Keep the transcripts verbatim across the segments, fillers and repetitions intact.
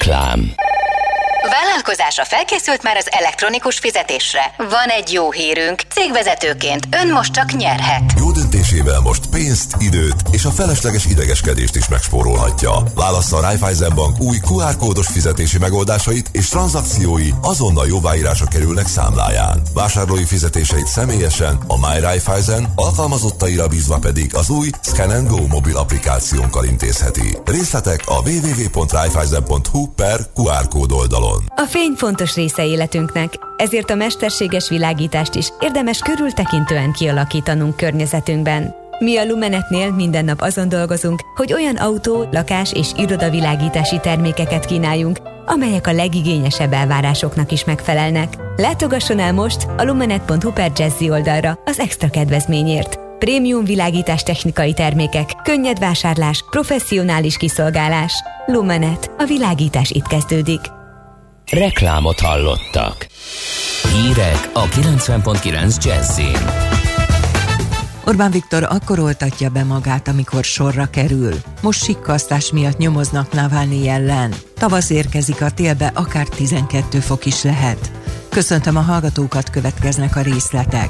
Reklám. Vállalkozása felkészült már az elektronikus fizetésre? Van egy jó hírünk. Cégvezetőként ön most csak nyerhet. Jó döntésével most pénzt, időt és a felesleges idegeskedést is megspórolhatja. Válassza a Raiffeisen Bank új kú ár kódos fizetési megoldásait, és tranzakciói azonnal jóváírásra kerülnek számláján. Vásárlói fizetéseit személyesen a My Raiffeisen, alkalmazottaira bízva pedig az új Scan and Go mobil applikációnkkal intézheti. Részletek a double-u double-u double-u pont raiffeisen pont hu per kú ár kód oldalon. A fény fontos része életünknek, ezért a mesterséges világítást is érdemes körültekintően kialakítanunk környezetünkben. Mi a Lumenetnél minden nap azon dolgozunk, hogy olyan autó, lakás és irodavilágítási termékeket kínáljunk, amelyek a legigényesebb elvárásoknak is megfelelnek. Látogasson el most a lumenet pont hu per Jazzy oldalra az extra kedvezményért. Prémium világítás technikai termékek, könnyed vásárlás, professzionális kiszolgálás. Lumenet. A világítás itt kezdődik. Reklámot hallottak. Hírek a kilencven pont kilenc Jazzyn. Orbán Viktor akkor oltatja be magát, amikor sorra kerül. Most sikkasztás miatt nyomoznak Navalnyi ellen. Tavasz érkezik, a télbe akár tizenkét fok is lehet. Köszöntöm a hallgatókat, következnek a részletek.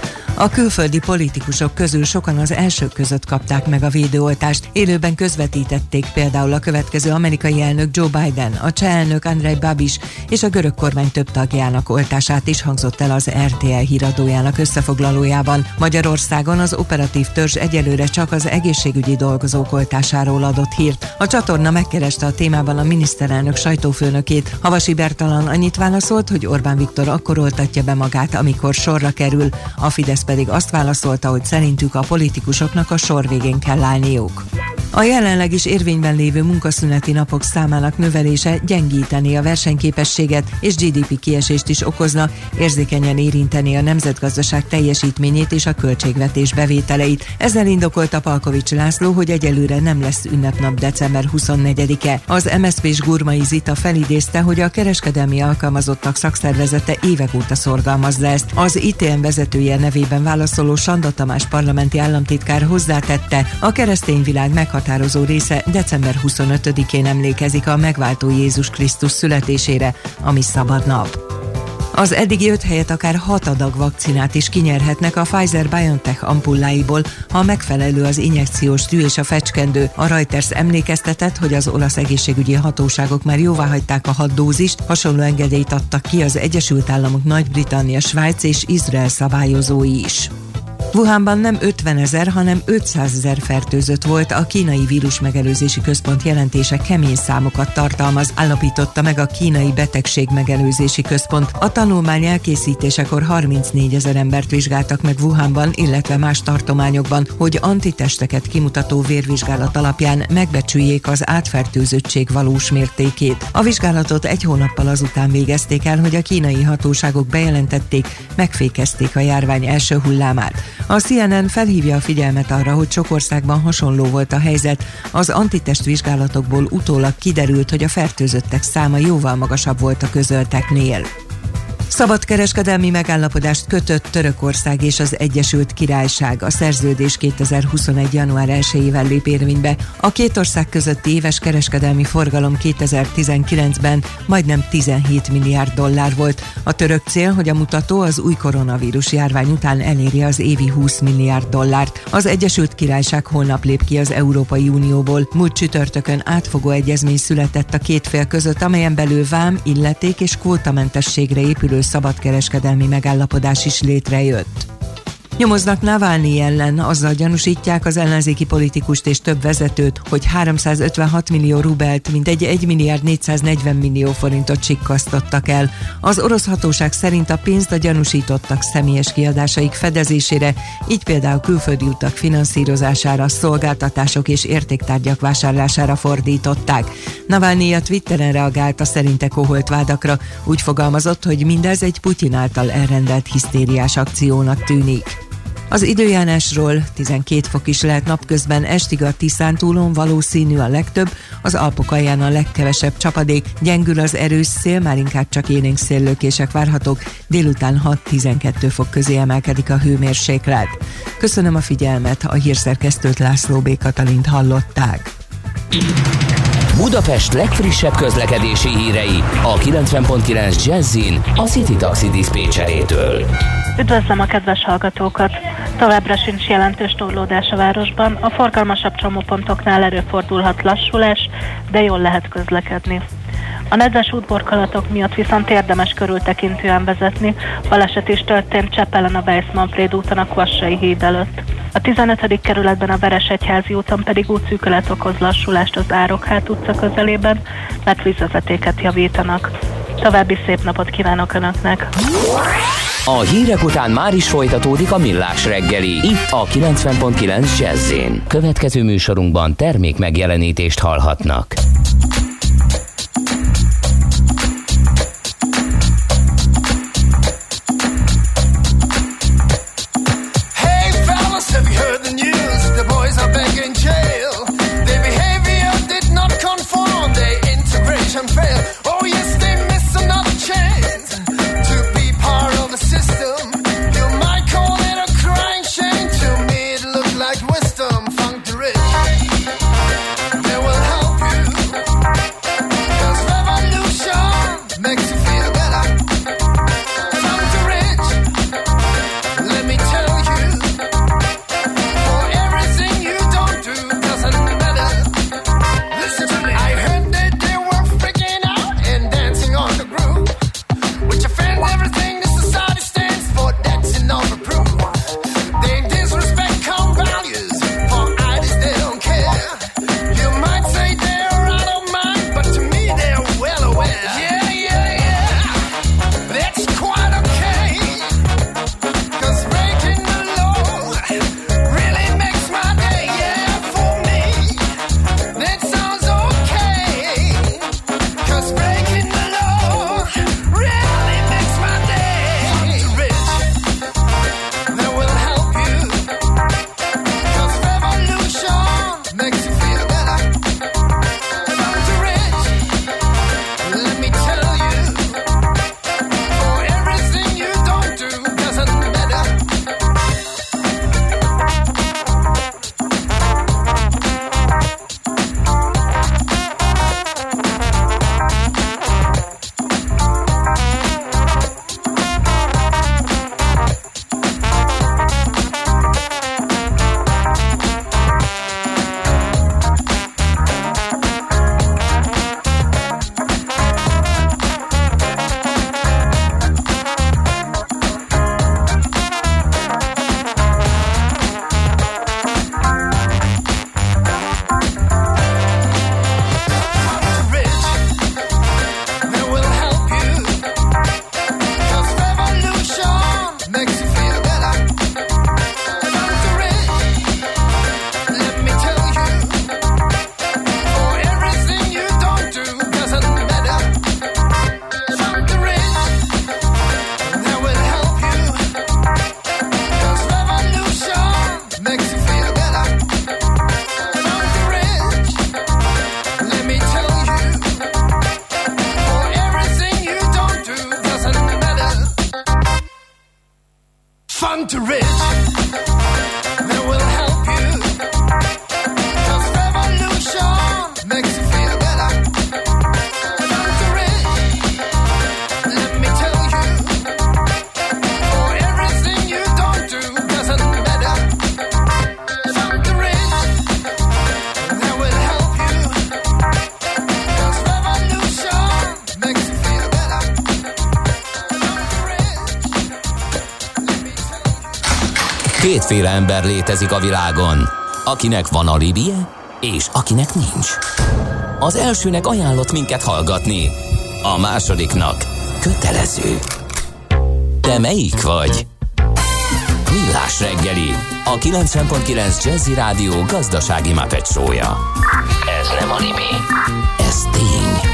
A külföldi politikusok közül sokan az elsők között kapták meg a védőoltást. Élőben közvetítették például a következő amerikai elnök Joe Biden, a cseh elnök Andrej Babis és a görög kormány több tagjának oltását is, hangzott el az er té el híradójának összefoglalójában. Magyarországon az operatív törzs egyelőre csak az egészségügyi dolgozók oltásáról adott hírt. A csatorna megkereste a témában a miniszterelnök sajtófőnökét. Havasi Bertalan annyit válaszolt, hogy Orbán Viktor akkor oltatja be magát, amikor sorra kerül. A Fidesz pedig azt válaszolta, hogy szerintük a politikusoknak a sor végén kell állniuk. A jelenleg is érvényben lévő munkaszüneti napok számának növelése gyengíteni a versenyképességet és gé dé pé kiesést is okozna, érzékenyen érinteni a nemzetgazdaság teljesítményét és a költségvetés bevételeit. Ezzel indokolta Palkovics László, hogy egyelőre nem lesz ünnepnap december huszonnegyedike. Az em es zé pés Gurmai Zita felidézte, hogy a kereskedelmi alkalmazottak szakszervezete évek óta szorgalmazza ezt. Az i té em vezetője nevében válaszoló Sanda Tamás parlamenti államtitkár hozzátette, a keresztény világ meghatározó Határozó része december huszonötödikén emlékezik a megváltó Jézus Krisztus születésére, ami szabad nap. Az eddigi öt helyet akár hat adag vakcinát is kinyerhetnek a Pfizer-BioNTech ampulláiból, ha megfelelő az injekciós tű és a fecskendő. A Reuters emlékeztetett, hogy az olasz egészségügyi hatóságok már jóváhagyták a hat dózist, hasonló engedélyt adtak ki az Egyesült Államok, Nagy-Britannia, Svájc és Izrael szabályozói is. Wuhanban nem ötvenezer, hanem ötszázezer fertőzött volt, a kínai vírusmegelőzési központ jelentése kemény számokat tartalmaz, állapította meg a kínai betegségmegelőzési központ. A tanulmány elkészítésekor harmincnégyezer embert vizsgáltak meg Wuhanban, illetve más tartományokban, hogy antitesteket kimutató vérvizsgálat alapján megbecsüljék az átfertőzöttség valós mértékét. A vizsgálatot egy hónappal azután végezték el, hogy a kínai hatóságok bejelentették, megfékezték a járvány első hullámát. A cé en en felhívja a figyelmet arra, hogy sok országban hasonló volt a helyzet. Az antitestvizsgálatokból utólag kiderült, hogy a fertőzöttek száma jóval magasabb volt a közölteknél. Szabadkereskedelmi megállapodást kötött Törökország és az Egyesült Királyság. A szerződés kétezer-huszonegy. január elsejével lép érvénybe. A két ország közötti éves kereskedelmi forgalom kétezer-tizenkilencben majdnem tizenhét milliárd dollár volt. A török cél, hogy a mutató az új koronavírus járvány után eléri az évi húsz milliárd dollárt. Az Egyesült Királyság holnap lép ki az Európai Unióból. Múlt csütörtökön átfogó egyezmény született a két fél között, amelyen belül vám, illeték és kvótamentességre épülő szabadkereskedelmi megállapodás is létrejött. Nyomoznak Navalnyi ellen, azzal gyanúsítják az ellenzéki politikust és több vezetőt, hogy háromszázötvenhat millió rubelt, mintegy egy milliárd négyszáznegyven millió forintot sikkasztottak el. Az orosz hatóság szerint a pénzt a gyanúsítottak személyes kiadásaik fedezésére, így például külföldi utak finanszírozására, szolgáltatások és értéktárgyak vásárlására fordították. Navalnyi a Twitteren reagált a szerinte koholt vádakra, úgy fogalmazott, hogy mindez egy Putyin által elrendelt hisztériás akciónak tűnik. Az időjárásról: tizenkét fok is lehet napközben, estig a Tiszántúlon valószínű a legtöbb, az Alpok alján a legkevesebb csapadék, gyengül az erős szél, már inkább csak élénk széllökések várhatók, délután hat-tizenkét fok közé emelkedik a hőmérséklet. Köszönöm a figyelmet, a hírszerkesztőt, László B. Katalint hallották. Budapest legfrissebb közlekedési hírei a kilencven pont kilenc Jazzin a City Taxi diszpécserétől. Üdvözlöm a kedves hallgatókat! Továbbra sincs jelentős torlódás a városban, a forgalmasabb csomópontoknál előfordulhat lassulás, de jól lehet közlekedni. A nedves útborkolatok miatt viszont érdemes körültekintően vezetni, baleset is történt Csepelen a Weiss-Manfréd úton a Kvassai híd előtt. A tizenötödik kerületben a Veresegyházi úton pedig útszűkület okoz lassulást az Árokhát utca közelében, mert vízvezetéket javítanak. További szép napot kívánok Önöknek! A hírek után már is folytatódik a Millás reggeli, itt a kilencven pont kilenc Jazzin. Következő műsorunkban termék megjelenítést hallhatnak. Kétféle ember létezik a világon, akinek van alibije, és akinek nincs. Az elsőnek ajánlott minket hallgatni, a másodiknak kötelező. Te melyik vagy? Millás reggeli, a kilencven pont kilenc Jazzy Rádió gazdasági Muppet show-ja. Ez nem anime, ez tény.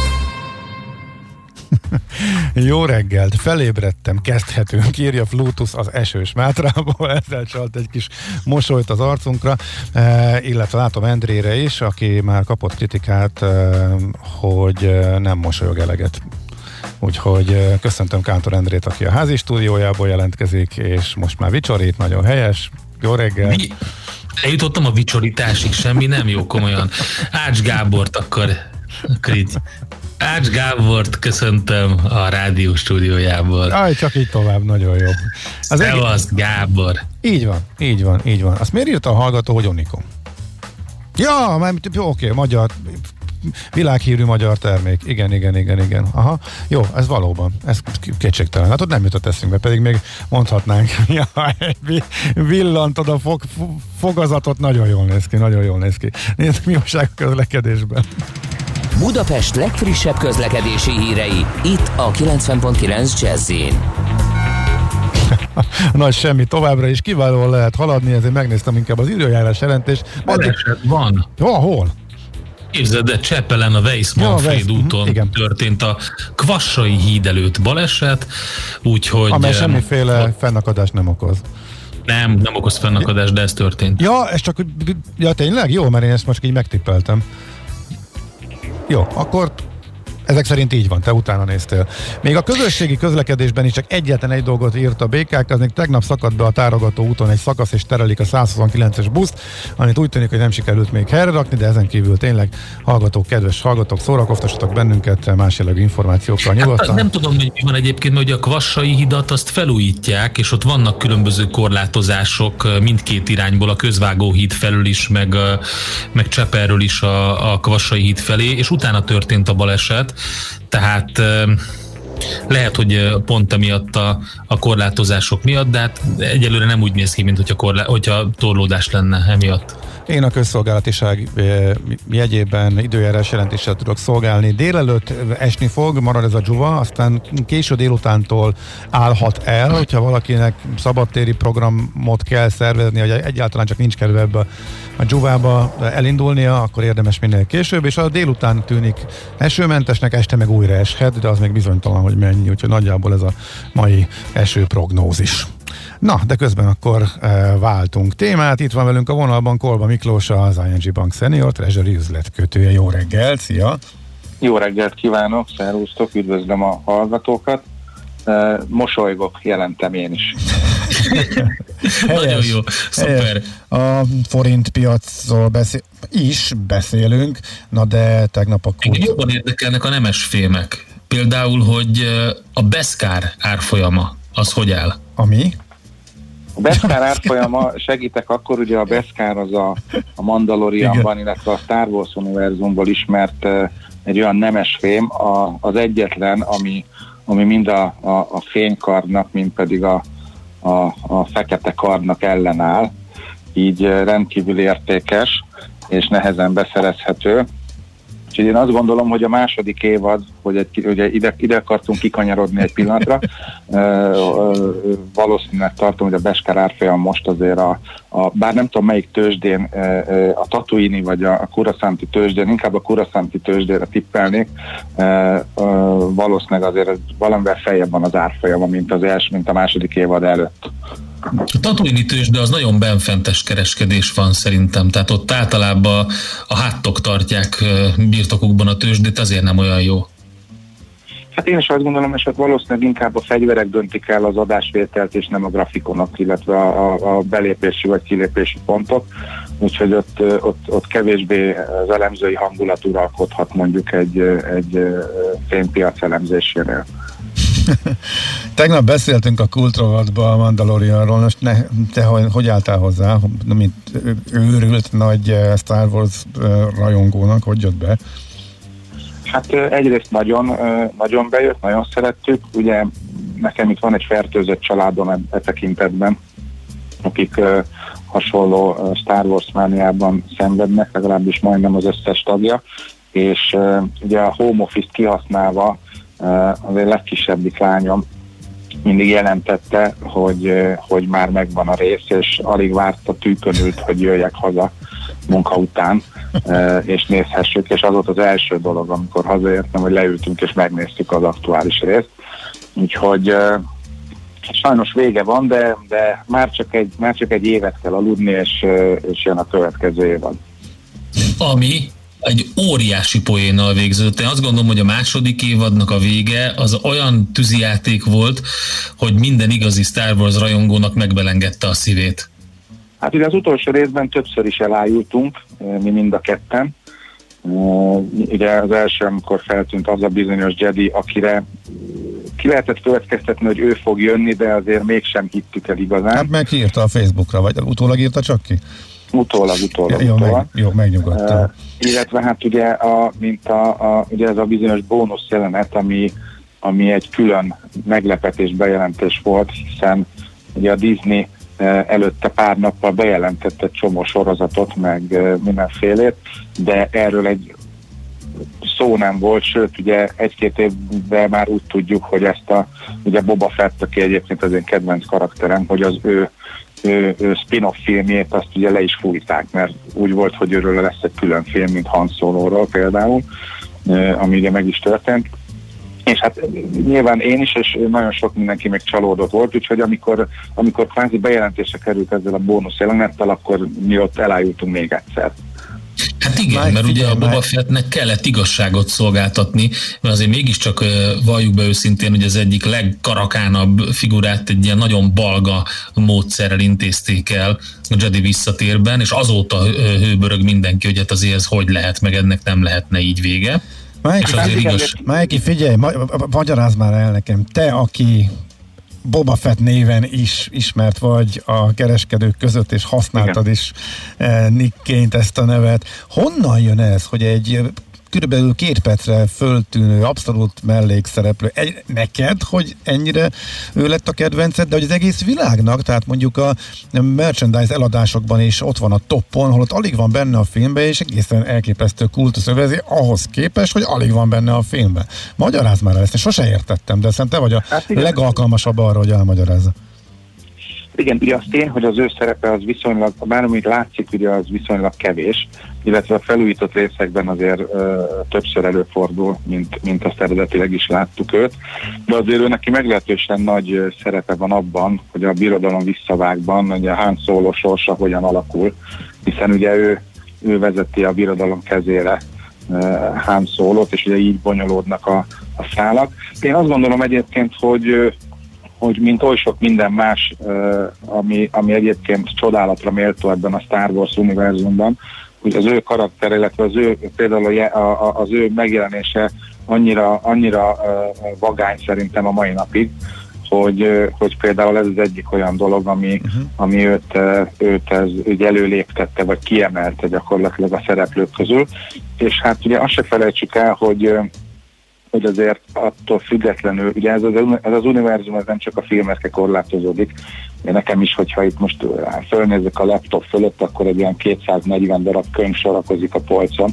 Jó reggelt, felébredtem, kezdhetünk, írja Flutus az esős Mátrából, ezzel csalt egy kis mosolyt az arcunkra, e, illetve látom Endrére is, aki már kapott kritikát, e, hogy nem mosolyog eleget. Úgyhogy köszöntöm Kántor Endrét, aki a házi stúdiójából jelentkezik, és most már vicsorít, nagyon helyes. Jó reggel! Mi? eljutottam a vicsorításig, semmi nem jó, komolyan. Ács Gábort akkor, akkor így. Ács Gábort köszöntöm a rádió stúdiójából. Aj, csak így tovább, nagyon jó. Szevasz, Gábor. Így van, így van, így van. Azt miért írta a hallgató, hogy Unikom? Ja, mert oké, okay, magyar, világhírű magyar termék. Igen, igen, igen, igen. Aha, jó, ez valóban, ez kétségtelen. Hát ott nem jutott eszünkbe, pedig még mondhatnánk, ja, villantod a fog, fogazatot, nagyon jól néz ki, nagyon jól néz ki. Nézd, mi újság a közlekedésben. Budapest legfrissebb közlekedési hírei, itt a kilencven pont kilenc Jazz-in. Nagy semmi, továbbra is kiválóan lehet haladni, ezért megnéztem inkább az időjárás jelentést. Baleset van. Hol, hol? Képzeld, de Csepelen a Weiss-Manfred ja, úton igen. történt a Kvassai híd előtt baleset, úgyhogy... Amely semmiféle a... fennakadást nem okoz. Nem, nem okoz fennakadást, de ez történt. Ja, ez csak... Ja, tényleg? Jó, mert én ezt most így megtippeltem. Jó, akkor ezek szerint így van, te utána néztél. Még a közösségi közlekedésben is csak egyetlen egy dolgot írt a bé ká ká, az még tegnap szakadt be a Tárogató úton egy szakasz, és terelik a százhuszonkilences buszt, amit úgy tűnik, hogy nem sikerült még helyre rakni, de ezen kívül tényleg hallgatók, kedves hallgatók, szórakoztassatok bennünket más jellegű információkkal nyugodtan. Hát, nem tudom, hogy mi van egyébként, hogy a Kvassai hidat azt felújítják, és ott vannak különböző korlátozások mindkét irányból, a Közvágó híd felül is, meg, meg Cseperről is a, a Kvassai híd felé, és utána történt a baleset. Tehát lehet, hogy pont emiatt a, a korlátozások miatt, de hát egyelőre nem úgy néz ki, mint hogyha, korlá, hogyha torlódás lenne emiatt. Én a közszolgálatiság jegyében időjárás jelentéssel tudok szolgálni. Délelőtt esni fog, marad ez a dzsuva, aztán késő délutántól állhat el, hogyha valakinek szabadtéri programot kell szervezni, hogy egyáltalán csak nincs kedve ebbe a dzsuvába elindulnia, akkor érdemes minél később, és a délután tűnik esőmentesnek, este meg újra eshet, de az még bizonytalan, hogy mennyi, úgyhogy nagyjából ez a mai esőprognózis. Na, de közben akkor e, váltunk témát. Itt van velünk a vonalban Kolba Miklós, az i en gé Bank Senior Treasury üzletkötője. Jó reggelt, szia! Jó reggelt kívánok, szervusztok, üdvözlöm a hallgatókat. E, mosolygok, jelentem én is. Nagyon jó, szuper. A forint piacról beszél, is beszélünk, na de tegnap a kulcs... Jobban érdekelnek a nemes fémek. Például, hogy a Beskár árfolyama, az hogy áll? Ami? A Beskár árfolyama, segítek akkor, ugye a Beskár az a, a Mandalorianban, illetve a Star Wars univerzumból ismert uh, egy olyan nemes fém, a, az egyetlen, ami, ami mind a, a, a fénykardnak, mind pedig a, a, a fekete kardnak ellenáll, így uh, rendkívül értékes és nehezen beszerezhető. Úgyhogy én azt gondolom, hogy a második évad, hogy egy, ugye ide, ide akartunk kikanyarodni egy pillanatra, ö, ö, valószínűleg tartom, hogy a Beskár árfolyam most azért a, a, bár nem tudom melyik tőzsdén, ö, a Tatuini vagy a, a Curaçanti tőzsdén, inkább a Curaçanti tőzsdére tippelnék, ö, ö, valószínűleg azért valamivel feljebb van az árfolyama, mint az első, mint a második évad előtt. A Tatuini tőzsde az nagyon benfentes kereskedés van szerintem, tehát ott általában a háttok tartják birtokukban a tőzsdét, azért nem olyan jó. Hát én is azt gondolom, és hát valószínűleg inkább a fegyverek döntik el az adásvételt, és nem a grafikonok, illetve a, a, a belépési vagy kilépési pontok, úgyhogy ott, ott, ott kevésbé az elemzői hangulat uralkodhat mondjuk egy, egy fénypiac elemzésénél. Tegnap beszéltünk a kultrovatban a Mandalorianról, most ne, te hogy, hogy álltál hozzá, mint őrült nagy Star Wars rajongónak, hogy jött be? Hát egyrészt nagyon, nagyon bejött, nagyon szerettük, ugye nekem itt van egy fertőzött családom e, e tekintetben, akik hasonló Star Wars mániában szenvednek, legalábbis majdnem az összes tagja, és ugye a home office-t kihasználva az én legkisebbik lányom mindig jelentette, hogy, hogy már megvan a rész, és alig várta, tűkön ült, hogy jöjjek haza munka után, és nézhessük, és az volt az első dolog, amikor hazaértem, hogy leültünk és megnéztük az aktuális részt. Úgyhogy sajnos vége van, de, de már, csak egy, már csak egy évet kell aludni, és, és jön a következő évad. Ami egy óriási poénnal végződött. Én azt gondolom, hogy a második évadnak a vége az olyan tűzijáték volt, hogy minden igazi Star Wars rajongónak megbelengedte a szívét. Hát ugye az utolsó részben többször is elájultunk, mi mind a ketten. Ugye az első, amikor feltűnt az a bizonyos Jedi, akire ki lehetett következtetni, hogy ő fog jönni, de azért mégsem hittük el igazán. Hát megírta a Facebookra, vagy utólag írta csak ki? Utólag, utólag, jó, utólag. Meg, jó, megnyugodtam. Uh, illetve hát ugye, a, mint a, a, ugye ez a bizonyos bónusz jelenet, ami, ami egy külön meglepetés bejelentés volt, hiszen ugye a Disney előtte pár nappal bejelentett egy csomó sorozatot, meg mindenfélét, de erről egy szó nem volt, sőt, ugye egy-két évben már úgy tudjuk, hogy ezt a, ugye Boba Fett, aki egyébként az én kedvenc karakterem, hogy az ő, ő, ő spin-off filmjét azt ugye le is fújták, mert úgy volt, hogy őről lesz egy külön film, mint Han Solo-ról például, ami ugye meg is történt. És hát nyilván én is, és nagyon sok mindenki még csalódott volt, úgyhogy amikor, amikor kvázi bejelentésre került ezzel a bónusz jelenettel, akkor mi ott elájultunk még egyszer. Hát igen, Mike, mert ugye a Boba Fettnek kellett igazságot szolgáltatni, mert azért mégiscsak valljuk be őszintén, hogy az egyik legkarakánabb figurát egy ilyen nagyon balga módszerrel intézték el a Jedi visszatérben, és azóta hőbörög mindenki, hogy hát azért ez hogy lehet, meg ennek nem lehetne így vége. Májki, figyelj, ma, magyarázd már el nekem, te, aki Boba Fett néven is ismert vagy a kereskedők között, és használtad igen. is eh, nickként ezt a nevet. Honnan jön ez, hogy egy körülbelül két percre föltűnő abszolút mellékszereplő egy, neked, hogy ennyire ő lett a kedvenced, de hogy az egész világnak, tehát mondjuk a merchandise eladásokban is ott van a toppon, holott alig van benne a filmben, és egészen elképesztő kultusz övezi, ahhoz képest, hogy alig van benne a filmben. Magyarázd már ezt, én sose értettem, de szerintem te vagy a hát legalkalmasabb arra, hogy elmagyarázza. Igen, ugye az tény, hogy az ő szerepe az viszonylag, bármit látszik, ugye az viszonylag kevés, illetve a felújított részekben azért ö, többször előfordul, mint, mint azt eredetileg is láttuk őt, de azért ő neki meglehetősen nagy szerepe van abban, hogy a birodalom visszavágban, ugye a Han Solo sorsa hogyan alakul, hiszen ugye ő, ő vezeti a birodalom kezére uh, Han Solót, és ugye így bonyolódnak a, a szálak. Én azt gondolom egyébként, hogy hogy mint oly sok minden más, uh, ami, ami egyébként csodálatra méltó ebben a Star Wars univerzumban, hogy az ő karakter, illetve az ő, például a, a, az ő megjelenése annyira, annyira uh, vagány szerintem a mai napig, hogy, uh, hogy például ez az egyik olyan dolog, ami, uh-huh. ami őt, uh, őt ez, ugye előléptette, vagy kiemelte gyakorlatilag a szereplők közül. És hát ugye azt se felejtsük el, hogy uh, hogy azért attól függetlenül, ugye ez az, ez az univerzum, ez nem csak a filmekre korlátozódik. Én nekem is, hogyha itt most fölnézek a laptop fölött, akkor egy ilyen kétszáznegyven darab könyv sorakozik a polcon,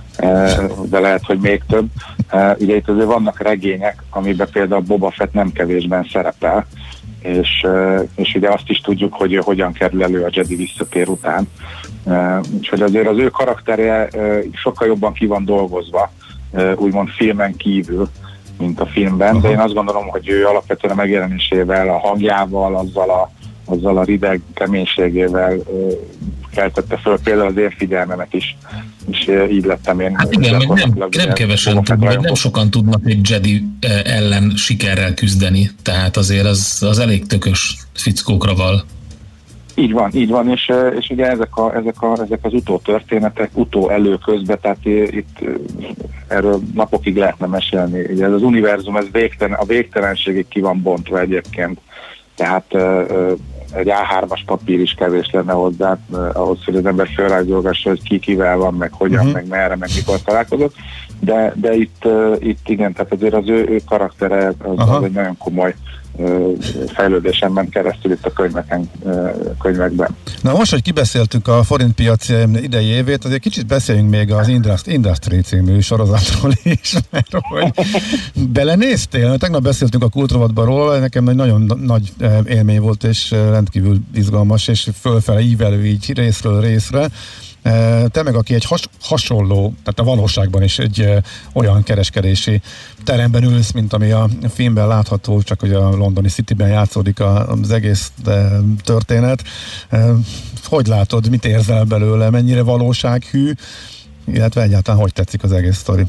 de lehet, hogy még több. Ugye itt azért vannak regények, amiben például Boba Fett nem kevésben szerepel, és, és ugye azt is tudjuk, hogy hogyan kerül elő a Jedi visszatér után. Úgyhogy azért az ő karakterje sokkal jobban ki van dolgozva, úgymond filmen kívül, mint a filmben, aha. de én azt gondolom, hogy ő alapvetően a megjelenésével, a hangjával, azzal a, azzal a rideg keménységével ö, keltette föl például az én figyelmemet is, és ö, így lettem én. Hát igen, meg nem, nem kevesen tudnak, vagy nem sokan tudnak egy Jedi ellen sikerrel küzdeni, tehát azért az, az elég tökös fickókra val. Így van, így van, és, és ugye ezek, a, ezek, a, ezek az utótörténetek, utó elő-közbe, tehát itt erről napokig lehetne mesélni. Ugye ez az univerzum, ez végtelen, a végtelenségig ki van bontva egyébként, tehát egy á hármas papír is kevés lenne hozzá, ahhoz, hogy az ember felrajzolgassa, hogy ki kivel van, meg hogyan, uh-huh. meg merre, meg mikor találkozott, de, de itt, itt igen, tehát azért az ő, ő karaktere az, az egy nagyon komoly fejlődésen ment keresztül itt a könyveken, könyvekben. Na most, hogy kibeszéltük a forintpiac idei évét, azért kicsit beszéljünk még az Industry című sorozatról is, mert hogy belenéztél? Tegnap beszéltünk a Kultrovatban róla, nekem egy nagyon nagy élmény volt, és rendkívül izgalmas, és fölfele ívelő így részről részre. Te meg, aki egy has, hasonló, tehát a valóságban is egy e, olyan kereskedési teremben ülsz, mint ami a filmben látható, csak hogy a londoni Cityben játszódik a, az egész de, történet. E, hogy látod, mit érzel belőle, mennyire valósághű, illetve egyáltalán hogy tetszik az egész sztori?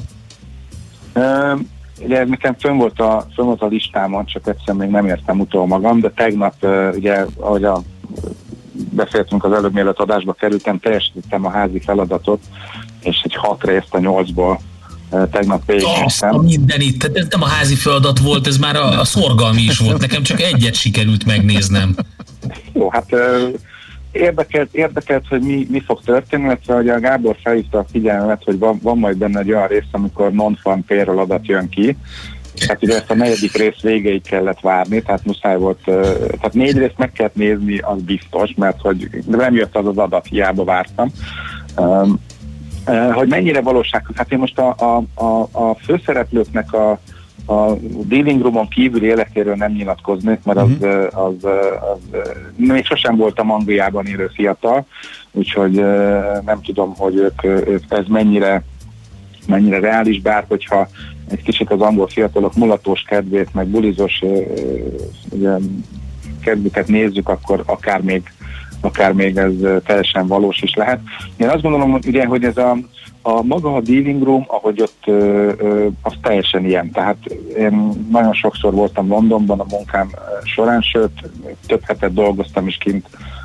Uh, ugye nekem fönn volt, a, fönn volt a listámon, csak egyszerűen még nem értem utol magam, de tegnap uh, ugye, ahogy a beszéltünk az előbb, mielőtt adásba kerültem, teljesítettem a házi feladatot, és egy hat részt a nyolcból tegnap végignéztem. A mindenit, tehát ez nem a házi feladat volt, ez már a, a szorgalmi is volt, nekem csak egyet sikerült megnéznem. Jó, hát érdekelt, érdekelt hogy mi, mi fog történni, illetve hogy a Gábor felhívta a figyelmet, hogy van, van majd benne egy olyan rész, amikor non-fan payroll adat jön ki. Hát ugye ezt a negyedik rész végéig kellett várni, tehát muszáj volt, tehát négy részt meg kellett nézni, az biztos, mert hogy nem jött az az adat, hiába vártam. Hogy mennyire valóság, hát én most a, a, a, a főszereplőknek a, a dealing roomon kívüli életéről nem nyilatkoznék, mert az, uh-huh. az, az, az még sosem voltam Angliában élő fiatal, úgyhogy nem tudom, hogy ők, ők ez mennyire, mennyire reális, bár hogyha egy kicsit az angol fiatalok mulatós kedvét, meg bulizos ugye, kedvüket nézzük, akkor akár még akár még ez teljesen valós is lehet. Én azt gondolom, hogy, ugye, hogy ez a, a maga a dealing room, ahogy ott ö, ö, az teljesen ilyen. Tehát én nagyon sokszor voltam Londonban a munkám során, sőt, több hetet dolgoztam is kint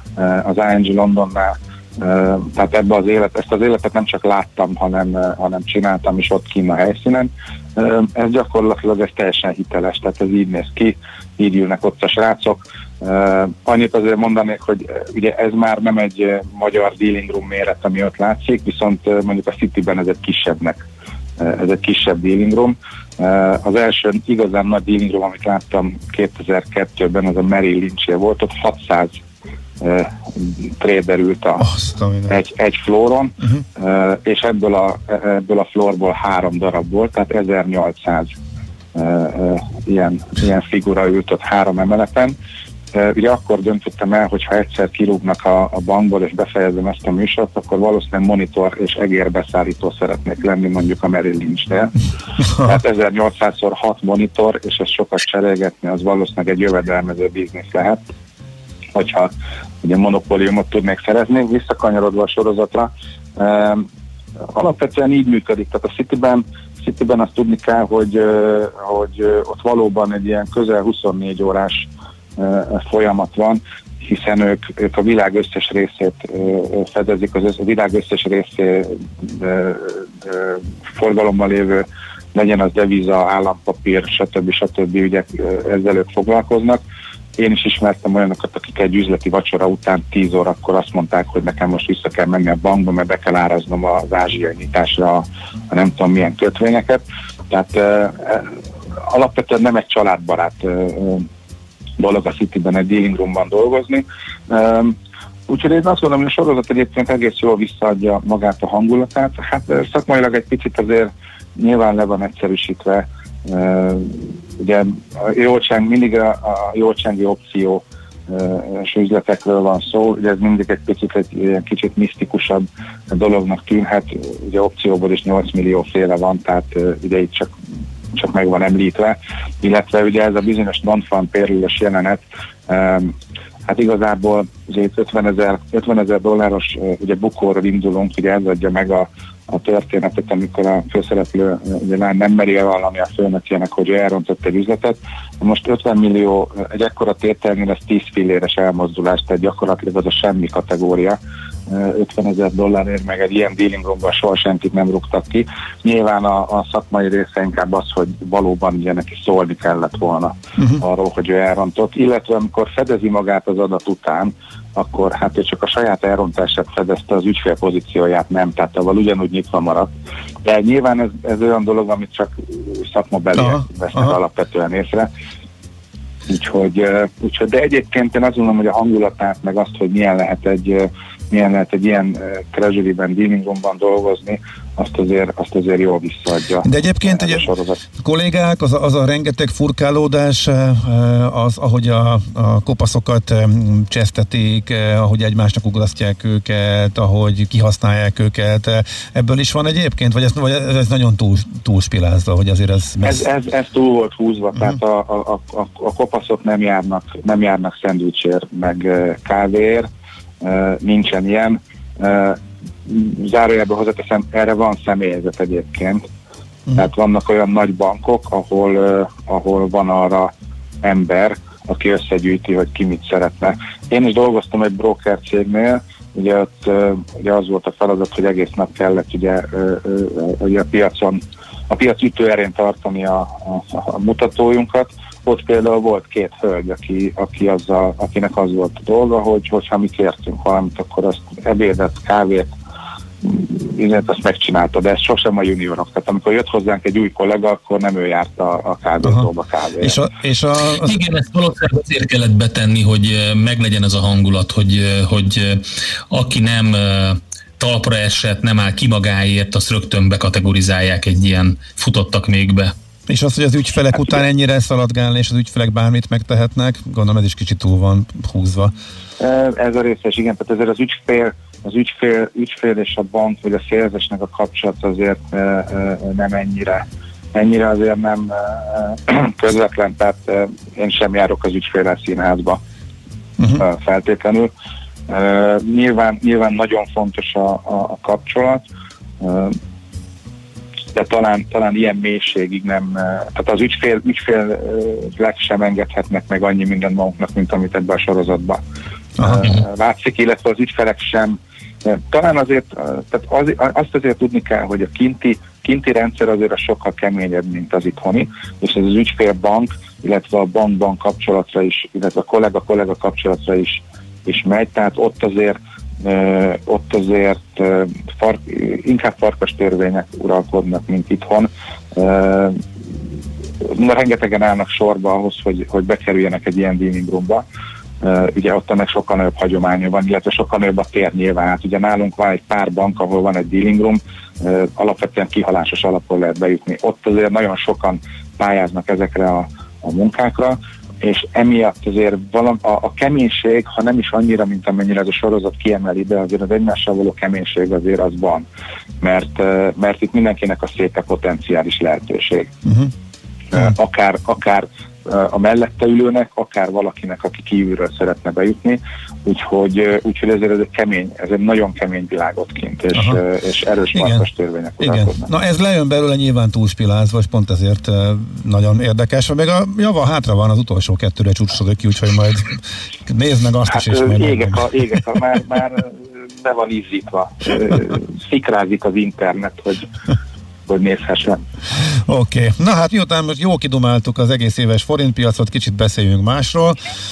az I N G Londonnál. Tehát ebbe az élet, ezt az életet nem csak láttam, hanem, hanem csináltam is ott kint a helyszínen. Ez gyakorlatilag ez teljesen hiteles, tehát ez így néz ki, így ülnek ott a srácok. Uh, annyit azért mondanék, hogy uh, ugye ez már nem egy uh, magyar dealing room méret, ami ott látszik, viszont uh, mondjuk a Cityben ez egy kisebbnek, uh, ez egy kisebb dealing room. Uh, az első igazán nagy dealing room, amit láttam kétezer-kettőben, az a Merrill Lynch-je volt, ott hatszáz uh, trader ült a, egy, egy flooron, uh-huh. uh, és ebből a, ebből a floorból három darab volt, tehát ezernyolcszáz uh, uh, ilyen, ilyen figura ült ott három emeleten. Ugye akkor döntöttem el, hogy ha egyszer kirúgnak a, a bankból és befejezem ezt a műsort, akkor valószínűleg monitor és egérbeszállító szeretnék lenni mondjuk a Merrill Lynch-nél. Tehát ezernyolcszázszor hat monitor, és ezt sokat cserélgetni, az valószínűleg egy jövedelmező biznisz lehet, hogyha ugye monopóliumot tudnék szerezni. Visszakanyarodva a sorozatra, eh, alapvetően így működik. Tehát a Cityben, Cityben azt tudni kell, hogy, eh, hogy ott valóban egy ilyen közel huszonnégy órás folyamat van, hiszen ők, ők a világ összes részét fedezik, az össz, a világ összes részé forgalomban lévő, legyen az deviza, állampapír, stb. stb. Ügyek, ezzel ők foglalkoznak. Én is ismertem olyanokat, akik egy üzleti vacsora után tíz órakor azt mondták, hogy nekem most vissza kell menni a bankba, mert be kell áraznom az ázsiai nyitásra a, a nem tudom milyen kötvényeket. Tehát e, alapvetően nem egy családbarát e, dolog a Cityben egy dealing roomban dolgozni. Um, úgyhogy én azt gondolom, hogy a sorozat egyébként egész jól visszaadja magát a hangulatát. Hát szakmailag egy picit azért nyilván le van egyszerűsítve. Uh, ugye a jócsáng, mindig a, a jócsángi opció uh, üzletekről van szó, ugye ez mindig egy picit egy ilyen kicsit misztikusabb dolognak tűnhet. Ugye opcióból is nyolc millió féle van, tehát uh, ugye itt csak csak meg van említve, illetve ugye ez a bizonyos non-fan payroll-os jelenet, um, hát igazából ugye itt ötven ezer dolláros uh, ugye bukóról indulunk, ugye ez adja meg a, a történetet, amikor a főszereplő ugye nem meri elvallani a főnökének, hogy ő elrontott egy üzletet. Most ötven millió, egy ekkora tételnél ez tíz filléres elmozdulás, tehát gyakorlatilag az a semmi kategória. ötven ezer dollárért meg egy ilyen dealing roomban soha senkit nem rúgtak ki. Nyilván a, a szakmai része inkább az, hogy valóban ugye neki szólni kellett volna uh-huh. arról, hogy ő elrontott, illetve amikor fedezi magát az adat után, akkor hát ő csak a saját elrontását fedezte, az ügyfél pozícióját nem, tehát avval ugyanúgy nyitva maradt. De nyilván ez, ez olyan dolog, amit csak szakmabeliek vesznek alapvetően észre. Úgyhogy, úgyhogy, de egyébként én azt gondolom, hogy a hangulatát, meg azt, hogy milyen lehet egy, milyen lehet egy ilyen uh, treasury-ben, dealing roomban dolgozni, azt azért, azt azért jól visszaadja. De egyébként egy a kollégák, az a, az a rengeteg furkálódás, az, ahogy a, a kopaszokat csesztetik, ahogy egymásnak ugrasztják őket, ahogy kihasználják őket, ebből is van egyébként? Vagy ez, vagy ez nagyon túl, túlspilázva, hogy azért ez... Ez, ez, ez túl volt húzva, uh-huh. tehát a, a, a, a kopaszok nem járnak, nem járnak szendvicsért, meg kávéért, nincsen ilyen. Zárójelben hozzáteszem, erre van személyzet egyébként. Mm. Tehát vannak olyan nagy bankok, ahol, uh, ahol van arra ember, aki összegyűjti, hogy ki mit szeretne. Én is dolgoztam egy broker cégnél, ugye ott ugye az volt a feladat, hogy egész nap kellett ugye, ugye a piacon, a piac ütőerén tartani a, a, a mutatójunkat. Ott például volt két hölgy, aki, aki azzal, akinek az volt a dolga, hogy hogyha mi kértünk valamit, akkor azt ebédet, kávét, mindent azt megcsinálta, de ez sosem a juniorok. Tehát amikor jött hozzánk egy új kollega, akkor nem ő járt a, a kávézóba kávéért. És a, és a, az... Igen, ezt valószínűleg azért kellett betenni, hogy meglegyen ez a hangulat, hogy, hogy aki nem talpra esett, nem áll ki magáért, azt rögtön bekategorizálják egy ilyen futottak még be. És az, hogy az ügyfelek után ennyire szaladgálni, és az ügyfelek bármit megtehetnek, gondolom ez is kicsit túl van húzva. Ez a részes, igen, tehát ezért az ügyfél, az ügyfél, ügyfél és a bank, vagy a szélzesnek a kapcsolat azért nem ennyire, ennyire azért nem közvetlen, tehát én sem járok az ügyféllel színházba uh-huh. feltétlenül. Nyilván, nyilván nagyon fontos a, a, a kapcsolat, de talán, talán ilyen mélységig nem, tehát az ügyfél, ügyfélek sem engedhetnek meg annyi mindent magunknak, mint amit ebben a sorozatban látszik, illetve az ügyfelek sem. Talán azért, tehát az, azt azért tudni kell, hogy a kinti, kinti rendszer azért a sokkal keményebb, mint az itthoni, és ez az ügyfélbank, illetve a bank-bank kapcsolatra is, illetve a kollega-kollega kapcsolatra is, is megy, tehát ott azért Uh, ott azért uh, far, inkább farkas törvények uralkodnak, mint itthon. Uh, rengetegen állnak sorba ahhoz, hogy, hogy bekerüljenek egy ilyen dealing roomba. Uh, ugye ott ennek sokkal nagyobb hagyománya van, illetve sokkal nagyobb a tér nyilván. Hát ugye nálunk van egy pár bank, ahol van egy dealing room, uh, alapvetően kihalásos alapon lehet bejutni. Ott azért nagyon sokan pályáznak ezekre a, a munkákra, és emiatt azért valam, a, a keménység, ha nem is annyira, mint amennyire ez a sorozat kiemeli, de azért az egymással való keménység azért az van, mert, mert itt mindenkinek a szépe potenciális lehetőség. Uh-huh. Akár, akár a mellette ülőnek, akár valakinek, aki kívülről szeretne bejutni, úgyhogy, úgyhogy ezért ez egy kemény, ez egy nagyon kemény világ ott kint, és, és erős markas törvények uralkodnak. Na ez lejön belőle nyilván túlspilázva, és pont ezért nagyon érdekes. Meg a java hátra van az utolsó kettőre csúcsodik ki, úgyhogy majd nézd meg azt hát, is. És égek a, égek a, már, már be van izzítva. Szikrázik az internet, hogy hogy nézhessen. Oké. Okay. Na hát miután most jól kidumáltuk az egész éves forintpiacot, kicsit beszéljünk másról.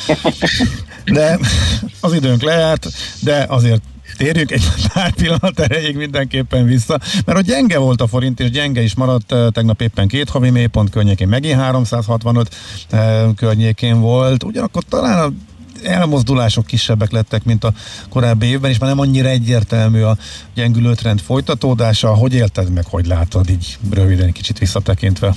De az időnk lejárt, de azért térjünk egy pár pillanat erejéig mindenképpen vissza, mert hogy gyenge volt a forint, és gyenge is maradt, tegnap éppen két havi mélypont környékén, megint háromszázhatvanöt környékén volt, ugyanakkor talán a elmozdulások kisebbek lettek, mint a korábbi évben, és már nem annyira egyértelmű a gyengülő trend folytatódása. Hogy élted meg, hogy látod így röviden, kicsit visszatekintve?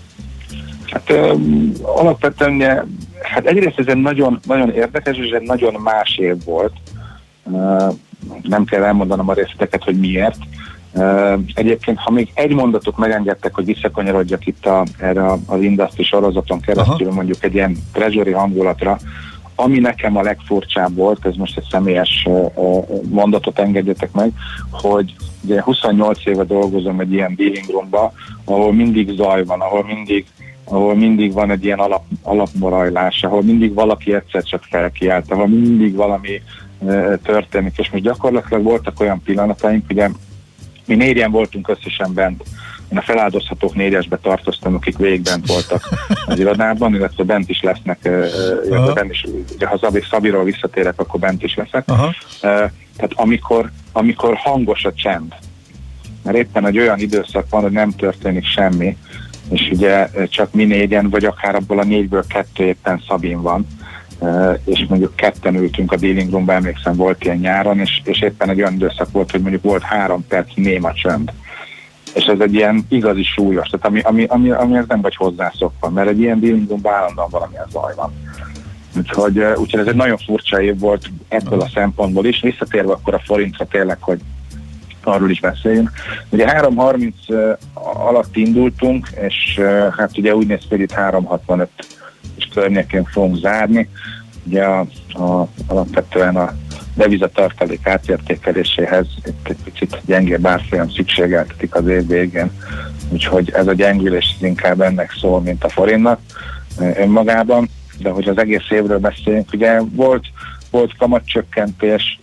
Hát um, alapvetően hát egyrészt ez egy nagyon, nagyon érdekes, és egy nagyon más év volt. Uh, nem kell elmondanom a részleteket, hogy miért. Uh, egyébként, ha még egy mondatot megengedtek, hogy visszakanyarodjak itt a, erre az Industry sorozaton keresztül, aha, mondjuk egy ilyen treasury hangulatra, ami nekem a legfurcsább volt, ez most egy személyes uh, mondatot engedjetek meg, hogy ugye huszonnyolc éve dolgozom egy ilyen dealing roomba, ahol mindig zaj van, ahol mindig, ahol mindig van egy ilyen alap, alapmorajlás, ahol mindig valaki egyszer csak felkiált, ahol mindig valami uh, történik, és most gyakorlatilag voltak olyan pillanataink, ugye mi négyen voltunk összesen bent. Én a feláldozhatók négyesbe tartoztam, akik végig bent voltak az irodában, illetve bent is lesznek, illetve bent is, ugye, ha Szabi, Szabiról visszatérek, akkor bent is leszek. Aha. Tehát amikor, amikor hangos a csend, mert éppen egy olyan időszak van, hogy nem történik semmi, és ugye csak mi négyen, vagy akár abból a négyből kettő éppen Szabin van, és mondjuk ketten ültünk a dealing roomba, emlékszem, volt ilyen nyáron, és, és éppen egy olyan időszak volt, hogy mondjuk volt három perc néma csönd. És ez egy ilyen igazi súlyos, tehát ami, ami, ami, ami ez nem vagy hozzászokva, mert egy ilyen dealing roomban állandóan valamilyen zaj van. Úgyhogy, úgyhogy ez egy nagyon furcsa év volt ebből a szempontból is. Visszatérve akkor a forintra tényleg, hogy arról is beszéljünk. Ugye három harminc alatt indultunk, és hát ugye úgy néz ki, hogy itt három hatvanöt és környékén fogunk zárni. Ugye a, a, alapvetően a devizatartalék átértékeléséhez itt egy picit gyengébb árfolyam szükségeltetik az év végén, úgyhogy ez a gyengülés inkább ennek szól, mint a forintnak önmagában. de hogy az egész évről beszéljünk, ugye volt, volt kamatcsökkentés,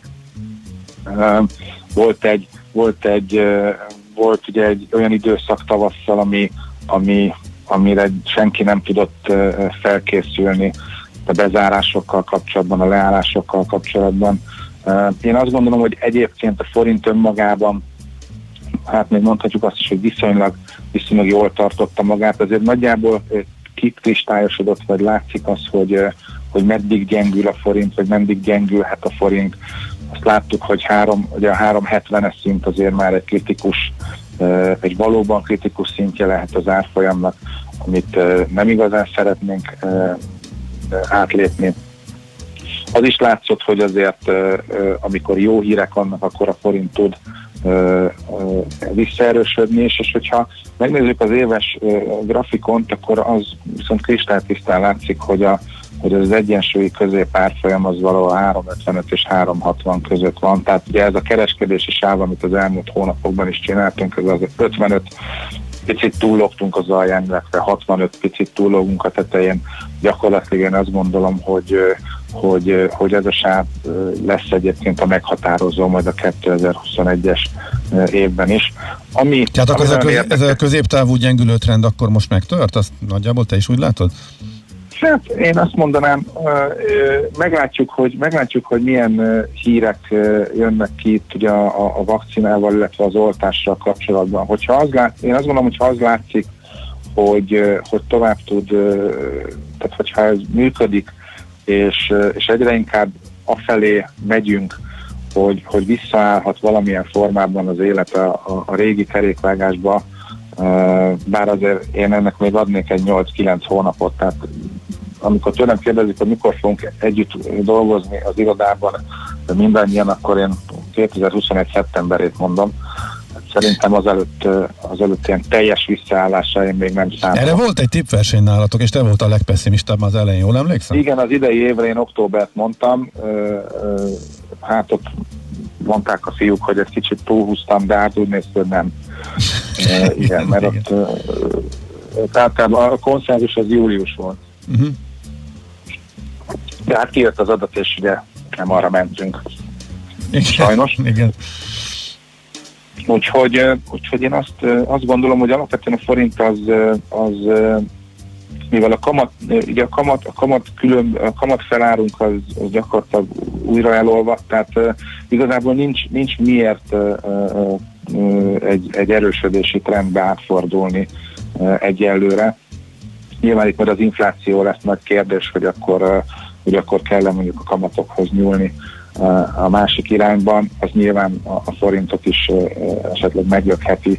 volt egy, volt egy, volt ugye egy olyan időszak tavasszal, ami, ami, amire senki nem tudott felkészülni a bezárásokkal kapcsolatban, a leállásokkal kapcsolatban. Én azt gondolom, hogy egyébként a forint önmagában, hát még mondhatjuk azt is, hogy viszonylag, viszonylag jól tartotta magát, azért nagyjából kikristályosodott, vagy látszik az, hogy, hogy meddig gyengül a forint, vagy meddig gyengülhet a forint. Azt láttuk, hogy három, ugye a három hetvenes szint azért már egy kritikus, egy valóban kritikus szintje lehet az árfolyamnak, amit nem igazán szeretnénk átlépni. Az is látszott, hogy azért amikor jó hírek vannak, akkor a forint tud visszaerősödni, és, és hogyha megnézzük az éves grafikont, akkor az viszont kristálytisztán látszik, hogy, a, hogy az egyensúlyi középárfolyam az valahol három ötvenöt és három hatvan között van, tehát ugye ez a kereskedési sáv, amit az elmúlt hónapokban is csináltunk, ez az ötvenöt, picit túllogtunk az alján, illetve hatvanöt, picit túllogunk a tetején. Gyakorlatilag én azt gondolom, hogy, hogy, hogy ez a sáv lesz egyébként a meghatározó majd a kétezer-huszonegyes évben is. Ami, Tehát akkor ez a, köz, érdekes, ez a középtávú gyengülő trend akkor most megtört? Azt nagyjából te is úgy látod? Hát én azt mondanám, meglátjuk, hogy, meglátjuk, hogy milyen hírek jönnek ki itt ugye a, a vakcinával, illetve az oltással kapcsolatban. Hogyha az lát, én azt gondolom, hogyha az látszik, hogy, hogy tovább tud, tehát hogyha ez működik, és, és egyre inkább afelé megyünk, hogy, hogy visszaállhat valamilyen formában az élet a, a, a régi kerékvágásba, bár azért én ennek még adnék egy nyolc-kilenc hónapot, tehát amikor tőlem kérdezik, hogy mikor fogunk együtt dolgozni az irodában, de mindannyian, akkor én kétezer-huszonegy szeptemberét mondom. Szerintem az előtt, az előtt ilyen teljes visszaállásra én még nem számolom. Erre volt egy tippverseny nálatok, és te volt a legpesszimistább az elején, jól emlékszem? Igen, az idei évre én októbert mondtam, hát ott mondták a fiúk, hogy egy kicsit túlhúztam, de hát úgy néz ki, hogy nem. Igen, mert ott tehát a konszenzus az július volt. Uh-huh. De hát kijött az adat, és ugye nem arra mentünk. Igen. Sajnos. Igen. Úgyhogy, úgyhogy én azt, azt gondolom, hogy alapvetően a forint az, az mivel a kamat, ugye a kamat, a kamat, külön, a kamat felárunk az, az gyakorlatilag újra elolvadt, tehát igazából nincs, nincs miért egy, egy erősödési trendbe átfordulni egyelőre. Nyilván itt majd az infláció lesz nagy kérdés, hogy akkor, hogy akkor kell-e mondjuk a kamatokhoz nyúlni a másik irányban, az nyilván a forintot is esetleg meglökheti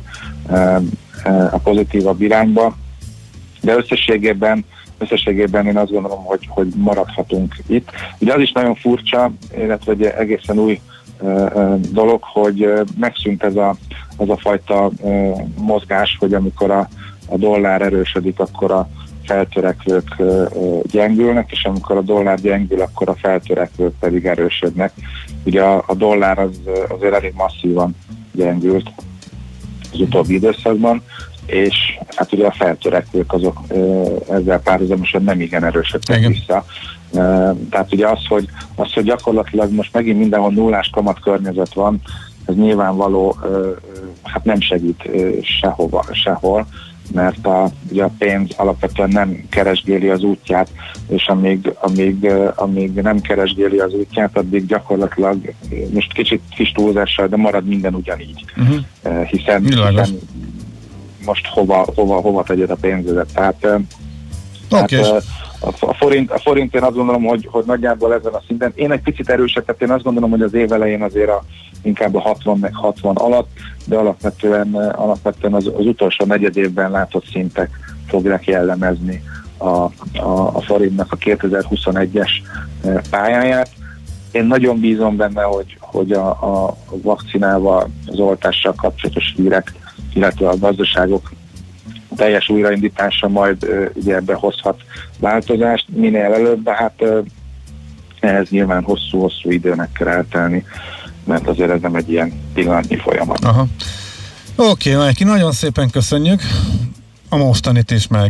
a pozitívabb irányba, de összességében, összességében én azt gondolom, hogy, hogy maradhatunk itt. Ugye az is nagyon furcsa, illetve egy egészen új dolog, hogy megszűnt ez a, az a fajta mozgás, hogy amikor a, a dollár erősödik, akkor a feltörekvők gyengülnek, és amikor a dollár gyengül, akkor a feltörekvők pedig erősödnek. Ugye a, a dollár az, azért elég masszívan gyengült az utóbbi időszakban, és hát ugye a feltörekvők azok ezzel párhuzamosan nem igen erősödtek igen. vissza. Tehát ugye az hogy, az, hogy gyakorlatilag most megint mindenhol nullás kamat környezet van, ez nyilvánvaló, hát nem segít sehova, sehol, mert a, ugye a pénz alapvetően nem keresgéli az útját, és amíg, amíg, amíg nem keresgéli az útját, addig gyakorlatilag most kicsit kis túlzással, de marad minden ugyanígy. Uh-huh. Hiszen, hiszen most hova, hova, hova tegyed a pénzedet. Tehát, okay. hát a, a, forint, a forint én azt gondolom, hogy, hogy nagyjából ezen a szinten. Én egy picit erősödött, én azt gondolom, hogy az év elején azért a, inkább a hatvan meg hatvan alatt, de alapvetően, alapvetően az, az utolsó negyed évben látott szintek fogják jellemezni a, a, a forintnak a kétezer-huszonegyes pályáját. Én nagyon bízom benne, hogy, hogy a, a vakcinával, az oltással kapcsolatos hírek, illetve a gazdaságok teljes újraindítása majd ugye ebbe hozhat változást minél előbb, de hát ehhez nyilván hosszú-hosszú időnek kell eltelni, mert azért ez nem egy ilyen pillanatnyi folyamat. Aha. Oké, okay, Májki, nagyon szépen köszönjük a mostanit is, meg a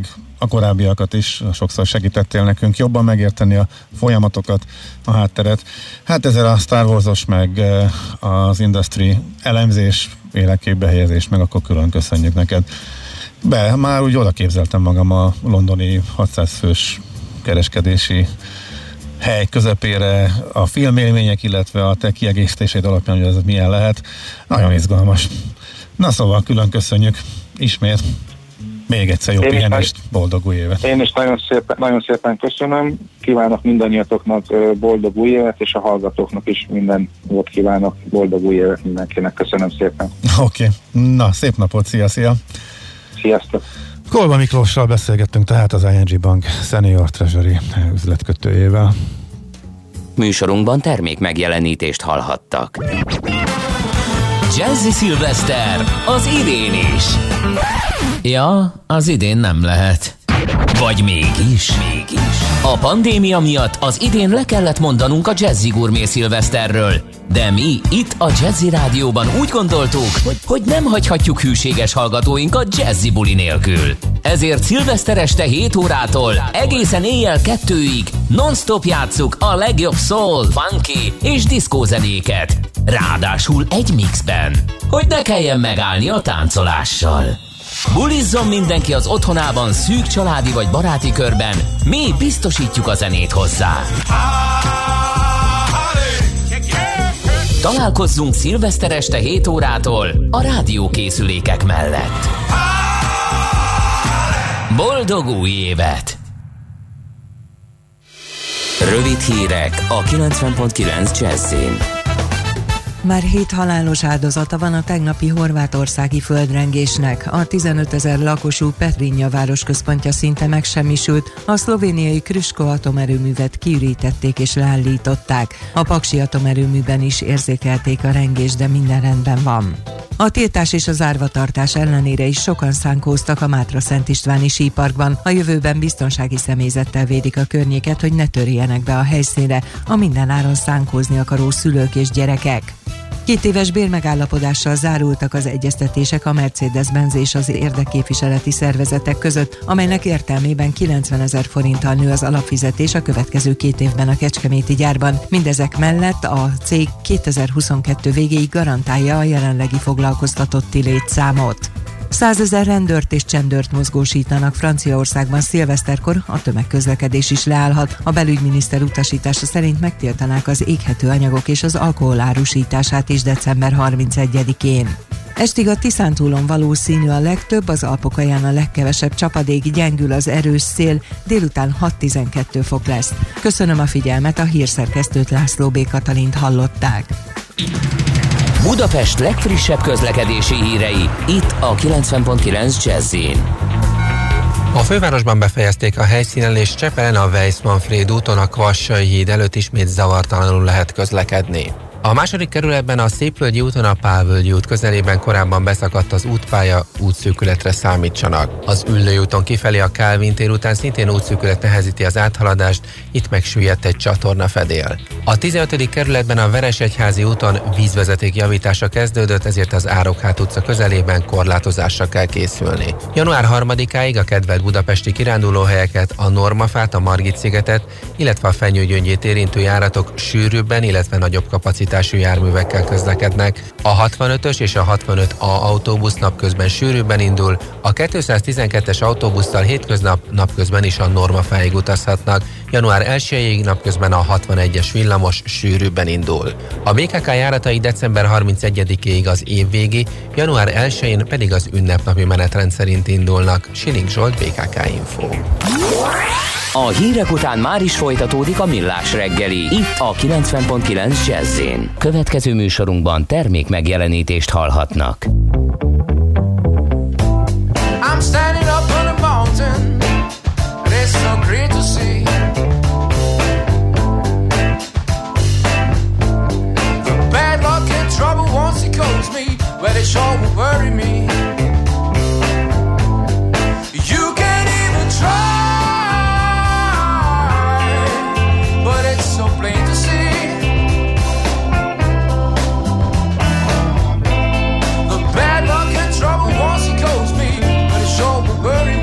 a korábbiakat is sokszor segítettél nekünk jobban megérteni a folyamatokat, a hátteret. Hát ezzel a Star Wars-os meg az industry elemzés, életképbe helyezés, meg akkor külön köszönjük neked. Be, már úgy oda képzeltem magam a londoni hatszáz fős kereskedési hely közepére, a filmélmények, illetve a te kiegészítéseid alapján, hogy ez milyen lehet. Nagyon izgalmas. Na szóval külön köszönjük ismét. Még egyszer jó pihenést, boldog új évet! Én is nagyon szépen, nagyon szépen köszönöm. Kívánok mindannyiatoknak boldog új évet, és a hallgatóknak is minden jót kívánok. Boldog új évet mindenkinek. Köszönöm szépen. Oké. Okay. Na, szép napot, szia, szia! Sziasztok! Kolba Miklóssal beszélgettünk tehát az I N G Bank Senior Treasury üzletkötőjével. Műsorunkban termék megjelenítést hallhattak. Jazzy Szilveszter az idén is. Ja, az idén nem lehet. Vagy mégis? Mégis. A pandémia miatt az idén le kellett mondanunk a Jazzy Gourmet Szilveszterről. De mi itt a Jazzy Rádióban úgy gondoltuk, hogy, hogy nem hagyhatjuk hűséges hallgatóinkat Jazzy buli nélkül. Ezért szilveszter este hét órától egészen éjjel kettőig non-stop játsszuk a legjobb soul, funky és diszkózenéket. Ráadásul egy mixben, hogy ne kelljen megállni a táncolással. Bulizzon mindenki az otthonában szűk családi vagy baráti körben, mi biztosítjuk a zenét hozzá. Találkozzunk szilveszter este hét órától a rádiókészülékek mellett. Boldog új évet! Rövid hírek a kilencven pont kilenc Jazzin. Már hét halálos áldozata van a tegnapi horvátországi földrengésnek. A tizenötezer lakosú Petrinja városközpontja szinte megsemmisült, a szlovéniai Krško atomerőművet kiürítették és leállították. A Paksi atomerőműben is érzékelték a rengést, de minden rendben van. A tiltás és a zárvatartás ellenére is sokan szánkóztak a Mátra Szent Istváni síparkban. A jövőben biztonsági személyzettel védik a környéket, hogy ne törjenek be a helyszínre a mindenáron szánkózni akaró szülők és gyerekek. Két éves bérmegállapodással zárultak az egyeztetések a Mercedes-Benz és az érdekképviseleti szervezetek között, amelynek értelmében kilencvenezer forinttal nő az alapfizetés a következő két évben a kecskeméti gyárban. Mindezek mellett a cég kétezer-huszonkettő végéig garantálja a jelenlegi foglalkoztatotti létszámot. Százezer rendőrt és csendőrt mozgósítanak Franciaországban szilveszterkor, a tömegközlekedés is leállhat. A belügyminiszter utasítása szerint megtiltanák az éghető anyagok és az alkohol árusítását is december harmincegyedikén. Estig a Tiszántúlon valószínű a legtöbb, az Alpokalján a legkevesebb csapadék, gyengül az erős szél, délután hat-tizenkettő fok lesz. Köszönöm a figyelmet, a hírszerkesztőt, László B. Katalint hallották. Budapest legfrissebb közlekedési hírei, itt a kilencven pont kilenc Jazzin. A fővárosban befejezték a helyszínelést, Csepelen a Weiss-Manfréd úton a Kvassai híd előtt ismét zavartalanul lehet közlekedni. A második kerületben a Szépvölgyi úton a Pálvölgyi út közelében korábban beszakadt az útpálya, útszűkületre számítsanak. Az Üllői úton kifelé a Kálvin tér után szintén útszűkület nehezíti az áthaladást, itt megsüllyedt egy csatornafedél. A tizenötödik kerületben a Veresegyházi úton vízvezeték javítása kezdődött, ezért az Árokhát utca közelében korlátozásra kell készülni. január harmadikáig a kedvelt budapesti kirándulóhelyeket, a Normafát, a Margit-szigetet, illetve a Fenyőgyöngyét érintő járatok sűrűbben, illetve nagyobb kapacitású járművekkel közlekednek. A hatvanötös és a hatvanöt A autóbusz napközben sűrűbben indul, a kétszáztizenkettes autóbusszal hétköznap napközben is a Normafáig utazhatnak, január elsejéig napközben a hatvanegyes villamos sűrűbben indul. A bé ká ká járatai december harmincegyedikéig az évvégi, január elsején pedig az ünnepnapi menetrend szerint indulnak. Siling Zsolt, bé ká ká Info. A hírek után már is folytatódik a Millás reggeli, itt a kilencven pont kilenc Jazzin. Következő műsorunkban termék megjelenítést hallhatnak. I'm standing up on a mountain, and it's so great to see. The bad luck and trouble once it calls me, where they sure will worry me. You can't even try. Trouble once he calls me, but it sure will bury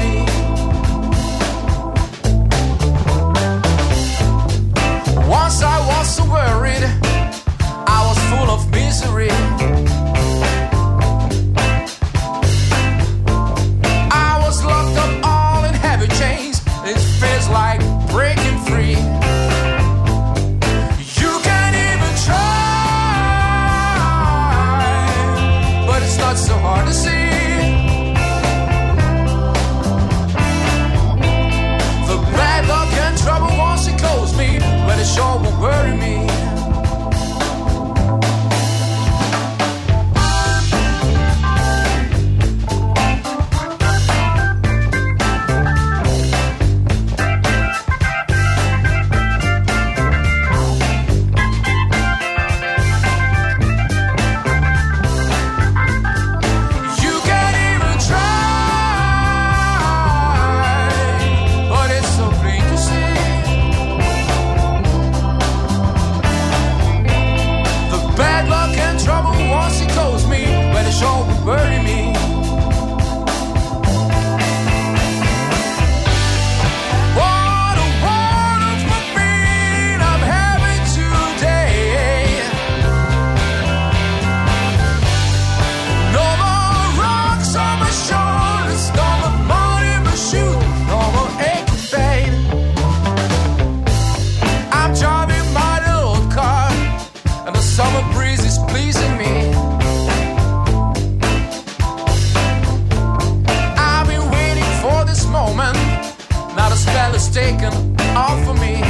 smile is taken off of me.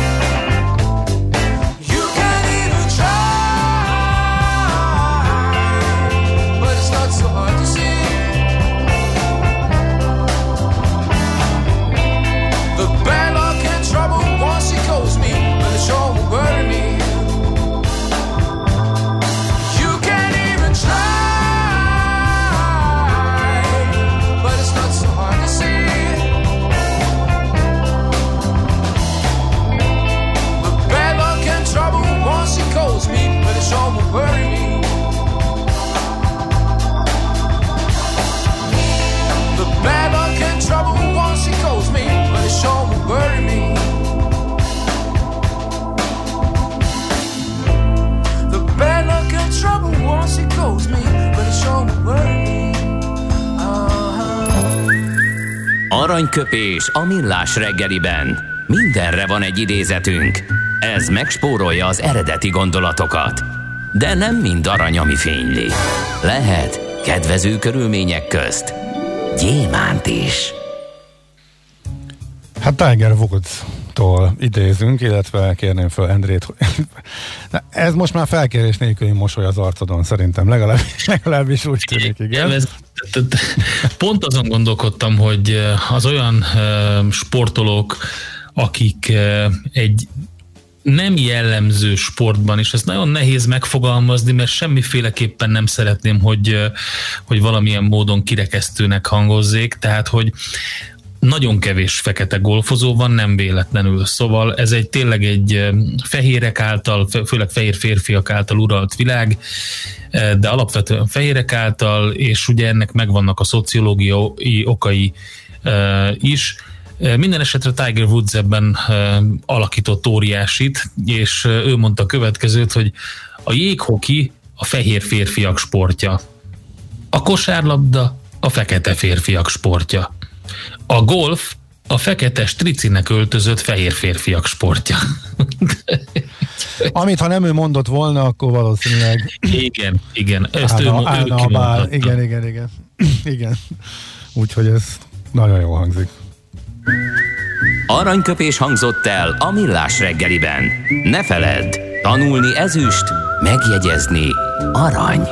You can't even try, but it's not so hard to see. The bad luck and trouble once it goes me, but it sure will worry me. You can't even try, but it's not so hard to see. The bad luck and trouble once it goes me, but it sure will worry me. The bad luck and trouble once it goes me, but it sure will worry me. The bad luck and trouble once it goes me, but it sure will worry me. Uh-huh. Aranyköpés a millás reggeliben. Mindenre van egy idézetünk. Ez megspórolja az eredeti gondolatokat. De nem mind arany, ami fényli. Lehet kedvező körülmények közt gyémánt is. Hát Tiger Woods-tól idézünk, illetve kérném fel Endrét. Ez most már felkérés nélküli mosoly az arcodon, szerintem. Legalábbis, legalábbis úgy tűnik, igen. Ez, pont azon gondolkodtam, hogy az olyan sportolók, akik egy nem jellemző sportban, és ez nagyon nehéz megfogalmazni, mert semmiféleképpen nem szeretném, hogy, hogy valamilyen módon kirekesztőnek hangozzék, tehát, hogy nagyon kevés fekete golfozó van, nem véletlenül. Szóval ez egy tényleg egy fehérek által, főleg fehér férfiak által uralt világ, de alapvetően fehérek által, és ugye ennek megvannak a szociológiai okai is. Minden esetre Tiger Woods ebben alakított óriásit, és ő mondta a következőt, hogy a jéghoki a fehér férfiak sportja. A kosárlabda a fekete férfiak sportja. A golf a fekete stricinek öltözött fehér férfiak sportja. Amit ha nem ő mondott volna, akkor valószínűleg... Igen, igen. Ezt állna, ő, állna a bál. Igen, igen, igen. igen. Úgyhogy ez nagyon jól hangzik. Aranyköpés hangzott el a millás reggeliben. Ne feledd, tanulni ezüst, megjegyezni arany.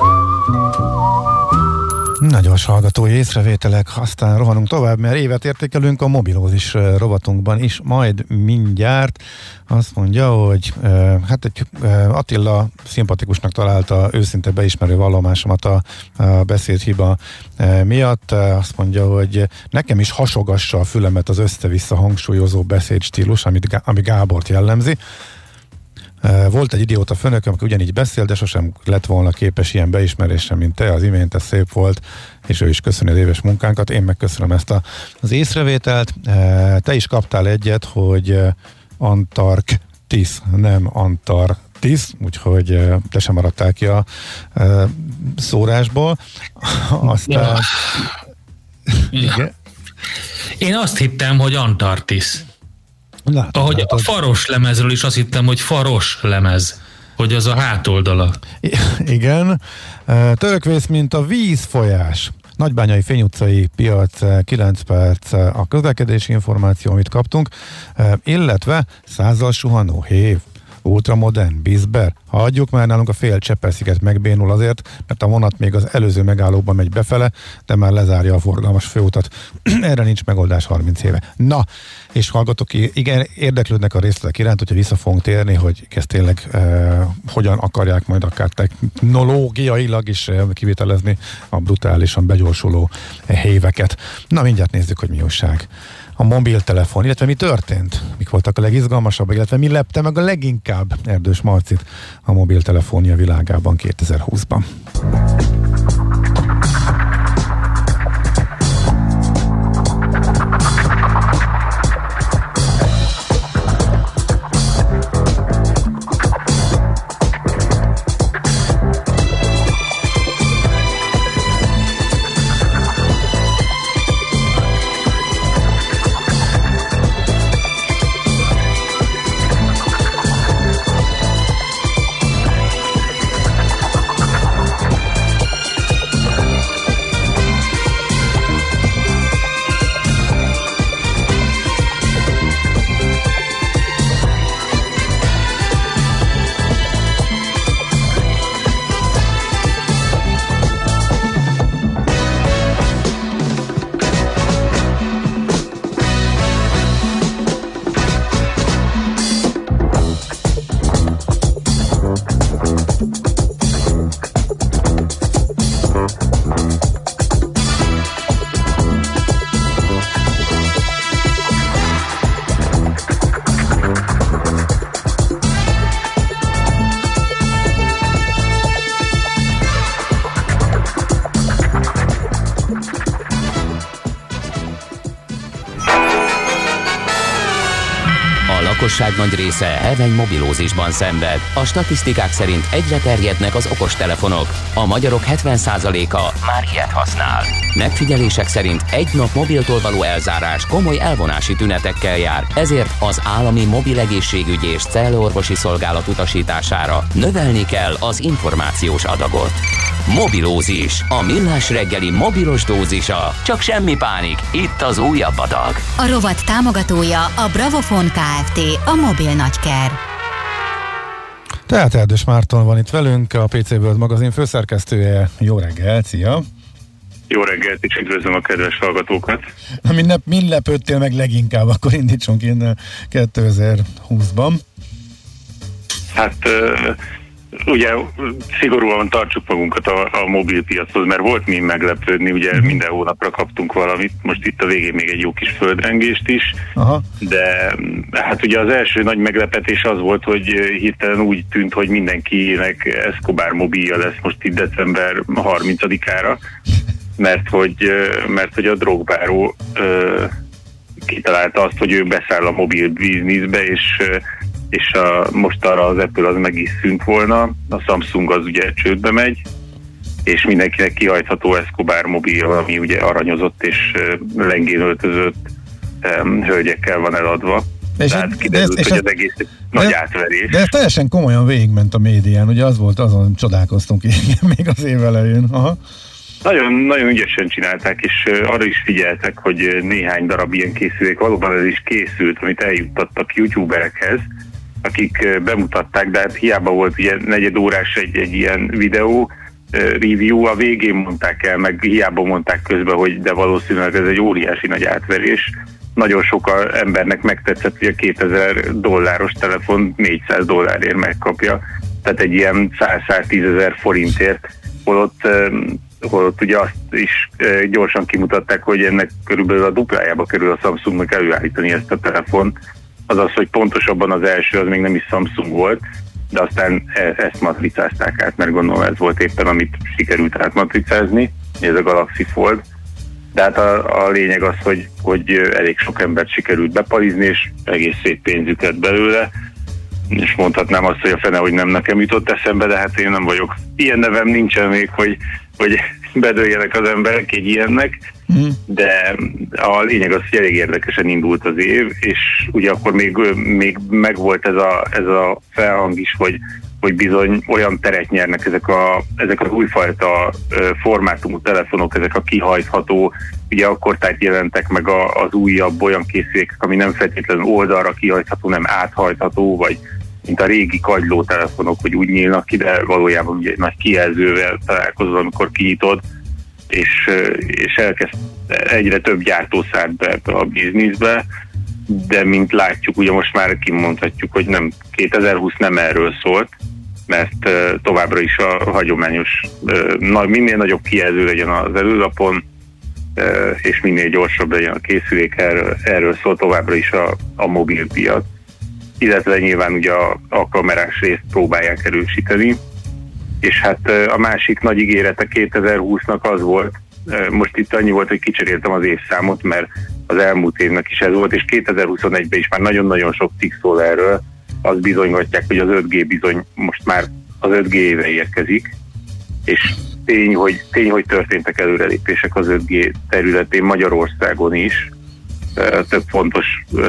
Nagyon hallgatói észrevételek, aztán rohanunk tovább, mert évet értékelünk a mobilózis rovatunkban is, majd mindjárt. Azt mondja, hogy hát egy Attila szimpatikusnak találta őszinte beismerő vallomásomat a, a beszédhiba miatt. Azt mondja, hogy nekem is hasogassa a fülemet az össze-vissza hangsúlyozó beszédstílus, amit, ami Gábort jellemzi. Volt egy idióta főnököm, aki ugyanígy beszél, de sosem lett volna képes ilyen beismerésre, mint te az imént, ez szép volt, és ő is köszöni az éves munkánkat, én megköszönöm ezt a, az észrevételt. Te is kaptál egyet, hogy Antarktisz, nem Antarktisz, úgyhogy te sem maradtál ki a szórásból. Aztán... Igen. Én azt hittem, hogy Antarktisz. Látom, Ahogy látom. A faros lemezről is azt hittem, hogy faros lemez, hogy az a hátoldala. I- igen. Törökvész, mint a vízfolyás. Nagybányai Fényutcai piac, kilenc perc a közlekedési információ, amit kaptunk, illetve százzal suhanó hév, ultramodern, Bizber. Hagyjuk már, nálunk a fél Csepel-sziget megbénul azért, mert a vonat még az előző megállóban megy befele, de már lezárja a forgalmas főutat. Erre nincs megoldás harminc éve. Na, és hallgatok, igen, érdeklődnek a részletek iránt, hogyha vissza fogunk térni, hogy ezt tényleg eh, hogyan akarják majd akár technológiailag is eh, kivitelezni a brutálisan begyorsuló eh, héveket. Na, mindjárt nézzük, hogy mi újság. A mobiltelefon, illetve mi történt, mik voltak a legizgalmasabbak, illetve mi lepte meg a leginkább Erdős Marcit a mobiltelefonja világában kétezer-húszban. lakosság nagy része heveny mobilózisban szenved. A statisztikák szerint egyre terjednek az okostelefonok. A magyarok hetven százaléka már ilyet használ. Megfigyelések szerint egy nap mobiltól való elzárás komoly elvonási tünetekkel jár, ezért az állami mobil egészségügyi és cellorvosi szolgálat utasítására növelni kell az információs adagot. Mobilózis, a millás reggeli mobilos dózisa. Csak semmi pánik, itt az újabb adag. A rovat támogatója a Bravofon Kft. A mobil nagyker. Tehát Erdős Márton van itt velünk, a pé cé World magazin főszerkesztője. Jó reggelt, szia! Jó reggelt, és üdvözlöm a kedves hallgatókat! Mind, mind lepődtél meg leginkább, akkor indítsunk innen kétezer-húszban. Hát ugye szigorúan tartsuk magunkat a, a mobilpiachoz, mert volt mi meglepődni, ugye uh-huh. minden hónapra kaptunk valamit, most itt a végén még egy jó kis földrengést is, Aha. de hát ugye az első nagy meglepetés az volt, hogy hirtelen úgy tűnt, hogy mindenkinek Escobar mobilja lesz most itt december harmincadikára, mert hogy, mert hogy a drogbáró kitalálta azt, hogy ő beszáll a mobil bizniszbe, és és a, most arra az Apple az meg is szűnt volna, a Samsung az ugye csődbe megy, és mindenkinek kihajtható Escobar mobil, ami ugye aranyozott és uh, lengén öltözött um, hölgyekkel van eladva. És Tehát kiderült, ez, hogy ez, az egész ez, nagy ez, átverés. De ez teljesen komolyan végigment a médián, ugye az volt, azon csodálkoztunk még az év elején. Aha. Nagyon, nagyon ügyesen csinálták, és uh, arra is figyeltek, hogy uh, néhány darab ilyen készülék valóban ez is készült, amit eljuttattak youtuberekhez, akik bemutatták, de hát hiába volt ugye negyed órás egy, egy ilyen videó review, a végén mondták el, meg hiába mondták közben, hogy de valószínűleg ez egy óriási nagy átverés. Nagyon sok embernek megtetszett, hogy a kétezer dolláros telefon négyszáz dollárért megkapja, tehát egy ilyen száz-száztízezer forintért, holott, holott ugye azt is gyorsan kimutatták, hogy ennek körülbelül a duplájába kerül a Samsungnak előállítani ezt a telefont. Az az, hogy pontosabban az első az még nem is Samsung volt, de aztán ezt matricázták át, mert gondolom ez volt éppen, amit sikerült átmatricázni, ez a Galaxy Fold. De hát a, a lényeg az, hogy, hogy elég sok embert sikerült bepalizni, és egész szép pénzük lett belőle, és mondhatnám azt, hogy a fene, hogy nem nekem jutott eszembe, de hát én nem vagyok. Ilyen nevem nincsen még, hogy, hogy bedőljenek az emberek egy ilyennek, de a lényeg az, hogy elég érdekesen indult az év, és ugye akkor még, még megvolt ez a, ez a felhang is, hogy, hogy bizony olyan teret nyernek ezek, a, ezek az újfajta formátumú telefonok, ezek a kihajtható, ugye akkor tehát jelentek meg a, az újabb olyan készülékek, ami nem feltétlenül oldalra kihajtható, nem áthajtható, vagy mint a régi kagyló telefonok, hogy úgy nyílnak ki, de valójában ugye egy nagy kijelzővel találkozol, amikor kinyitod, és, és elkezd egyre több gyártó szállt be ebbe a bizniszbe, de mint látjuk, ugye most már kimondhatjuk, hogy nem, kétezer-húsz nem erről szólt, mert továbbra is a hagyományos, minél nagyobb kijelző legyen az előlapon, és minél gyorsabb legyen a készülék, erről, erről szól továbbra is a, a mobilpiac, illetve nyilván ugye a, a kamerás részt próbálják erősíteni, és hát a másik nagy ígérete kétezer-húsznak az volt, most itt annyi volt, hogy kicseréltem az évszámot, mert az elmúlt évnek is ez volt, és kétezer-huszonegyben is már nagyon-nagyon sok cikk szól erről, azt bizonygatják, hogy az öt G bizony most már az öt G éve érkezik, és tény, hogy, tény, hogy történtek előrelépések az öt G területén Magyarországon is, több fontos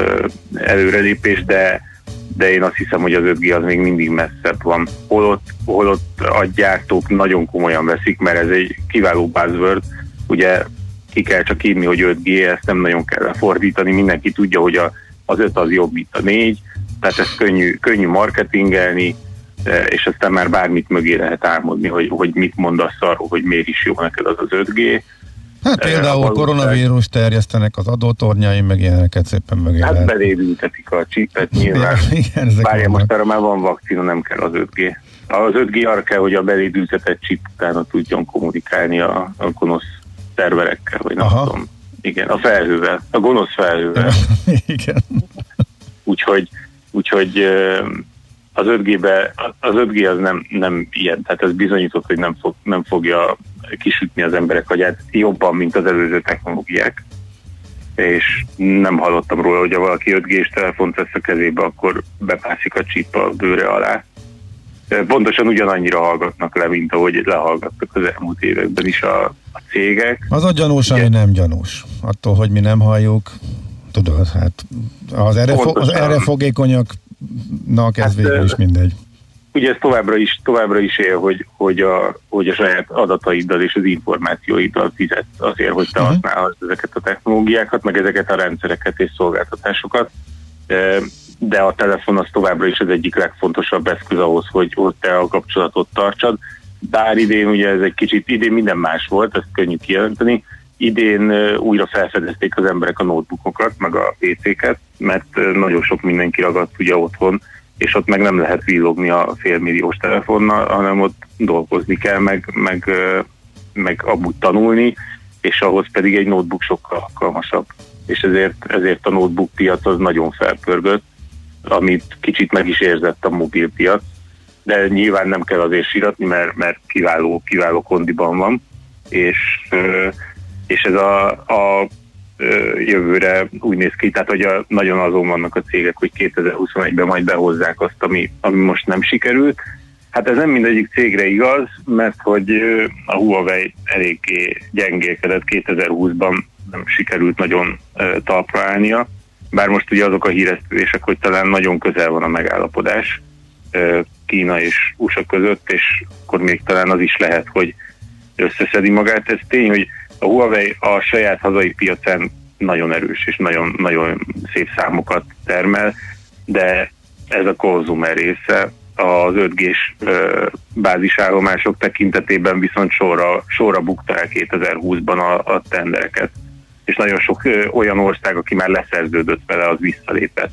előrelépés, de de én azt hiszem, hogy az öt G az még mindig messzebb van. Holott, holott a gyártók nagyon komolyan veszik, mert ez egy kiváló buzzword, ugye ki kell csak írni, hogy öt G, ezt nem nagyon kell fordítani, mindenki tudja, hogy a, az öt az jobb, mint a négy, tehát ez könnyű, könnyű marketingelni, és aztán már bármit mögé lehet álmodni, hogy, hogy mit mondasz arról, hogy miért is jó neked az az öt G. Hát például koronavírus terjesztenek az adótornyaim, meg ilyeneket szépen mögé lehet. Hát belédültetik a csipet nyilván. Várja, most arra már van vakcina, nem kell az öt G. Az öt G arra kell, hogy a belédültetett csip utána tudjon kommunikálni a, a gonosz szerverekkel, vagy nem Aha. tudom. Igen, a felhővel, a gonosz felhővel. Igen. Úgyhogy, úgyhogy az öt G-be, az öt G az nem, nem ilyen, tehát ez bizonyított, hogy nem, fog, nem fogja kisütni az emberek agyát jobban, mint az előző technológiák. és nem hallottam róla, hogy ha valaki öt gés telefont vesz a kezébe, akkor bepászik a chip a bőre alá. Pontosan ugyanannyira hallgatnak le, mint ahogy lehallgattak az elmúlt években is a, a cégek. Az a gyanús, ami nem gyanús. Attól, hogy mi nem halljuk, tudod, hát az erre, fo- az erre fogékonyaknak ez hát, végül is mindegy. Ugye ez továbbra is, továbbra is él, hogy, hogy, a, hogy a saját adataiddal és az információiddal fizet azért, hogy te uh-huh. használhatsz ezeket a technológiákat, meg ezeket a rendszereket és szolgáltatásokat. De a telefon az továbbra is az egyik legfontosabb eszköz ahhoz, hogy ott te a kapcsolatot tartsad. Bár idén ugye ez egy kicsit, idén minden más volt, ezt könnyű kijelenteni. Idén újra felfedezték az emberek a notebookokat, meg a pé céket, mert nagyon sok mindenki ragadt ugye otthon, és ott meg nem lehet villogni a félmilliós telefonnal, hanem ott dolgozni kell, meg, meg, meg amúgy tanulni, és ahhoz pedig egy notebook sokkal alkalmasabb. És ezért, ezért a notebook piac az nagyon felpörgött, amit kicsit meg is érzett a mobilpiac, de nyilván nem kell azért síratni, mert, mert kiváló, kiváló kondiban van, és, és ez a, a jövőre úgy néz ki, tehát hogy a, nagyon azon vannak a cégek, hogy kétezer-huszonegyben majd behozzák azt, ami, ami most nem sikerült. Hát ez nem mindegyik cégre igaz, mert hogy a Huawei eléggé gyengélkedett, kétezer-húszban nem sikerült nagyon talpra állnia, bár most ugye azok a híresztések, hogy talán nagyon közel van a megállapodás Kína és u es á között, és akkor még talán az is lehet, hogy összeszedi magát. Ez tény, hogy a Huawei a saját hazai piacán nagyon erős és nagyon, nagyon szép számokat termel, de ez a consumer része, az öt gés bázisállomások tekintetében viszont sorra, sorra bukta el kétezer-húszban a, a tendereket. És nagyon sok ö, olyan ország, aki már leszerződött vele, az visszalépett.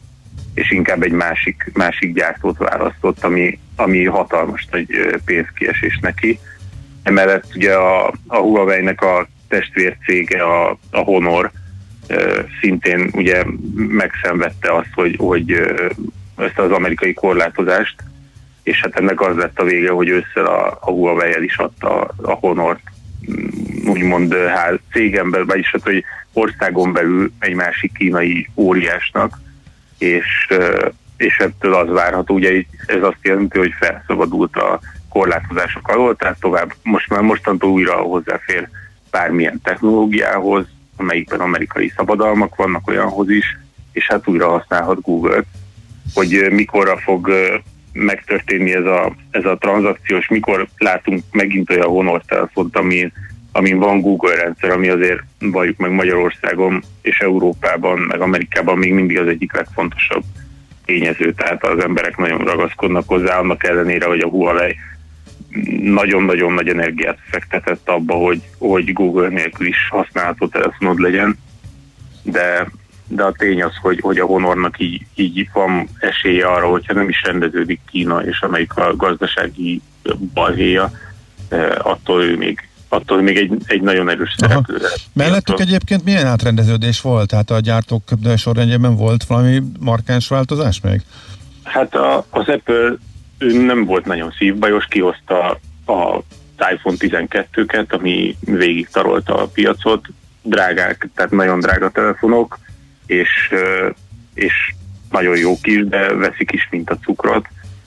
És inkább egy másik, másik gyártót választott, ami, ami hatalmas nagy ö, pénzkiesés neki. Emellett ugye a, a Huawei-nek a testvércége, a, a Honor ö, szintén ugye megszenvedte azt, hogy, hogy ö, ezt az amerikai korlátozást, és hát ennek az lett a vége, hogy ősszel a, a Huawei-el is adta a Honort, úgymond ház, cégen belül, vagyis hát, hogy országon belül egy másik kínai óriásnak, és, és ettől az várható, ugye ez azt jelenti, hogy felszabadult a korlátozások alól, tehát tovább, most már mostantól újra hozzáfér bármilyen technológiához, amelyikben amerikai szabadalmak vannak, olyanhoz is, és hát újra használhat Google-t, hogy mikorra fog megtörténni ez a, ez a tranzakció, és mikor látunk megint olyan Honor telefont, amin, amin van Google rendszer, ami azért valljuk meg Magyarországon és Európában, meg Amerikában még mindig az egyik legfontosabb tényező, tehát az emberek nagyon ragaszkodnak hozzá, annak ellenére, hogy a Huawei nagyon-nagyon nagy energiát fektetett abba, hogy, hogy Google nélkül is használható telefonod legyen, de de a tény az, hogy, hogy a Honornak így, így van esélye arra, hogyha nem is rendeződik Kína, és amelyik a gazdasági balhéja, attól ő még, attól még egy, egy nagyon erős szereplő. Mellettük egyébként milyen átrendeződés volt? Tehát a gyártók sorrendjében volt valami markáns változás még? Hát a, az Apple nem volt nagyon szívbajos, kihozta a iPhone tizenkettőket, ami végig tarolta a piacot, drágák, tehát nagyon drága telefonok, és, és nagyon jók is, de veszik is, mint a cukrot.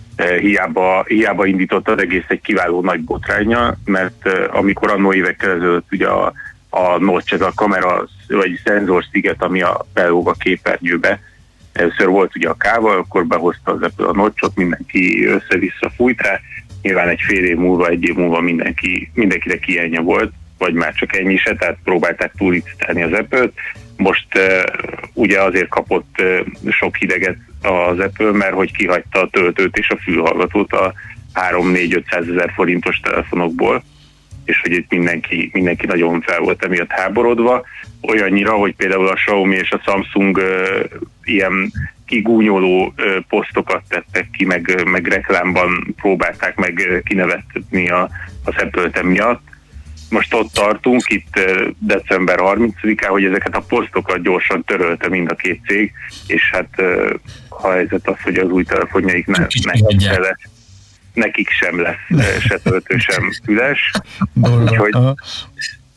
Hiába, hiába indított az egész egy kiváló nagy botránnyal, mert amikor annó évekkel ezelőtt ugye a, a notch, ez a kamera vagy szenzorsziget, ami a belóg a képernyőbe, először volt ugye a kával, akkor behozta az Apple a notchot, mindenki össze-vissza fújt rá, nyilván egy fél év múlva, egy év múlva mindenki, mindenkinek ilyenje volt, vagy már csak ennyi se, tehát próbálták túllicitálni az Apple-t. Most uh, ugye azért kapott uh, sok hideget az Apple, mert hogy kihagyta a töltőt és a fülhallgatót a három-négy-ötszázezer forintos telefonokból, és hogy itt mindenki, mindenki nagyon fel volt emiatt háborodva, olyannyira, hogy például a Xiaomi és a Samsung uh, ilyen kigúnyoló uh, posztokat tettek ki, meg, meg reklámban próbálták meg uh, kinevettetni a, az Apple-t emiatt. Most ott tartunk, itt december harmincadikán, hogy ezeket a posztokat gyorsan törölte mind a két cég, és hát a helyzet az, hogy az új telefonjaik ne, nekik, se lesz, nekik sem lesz se töltő, sem füles. Úgyhogy,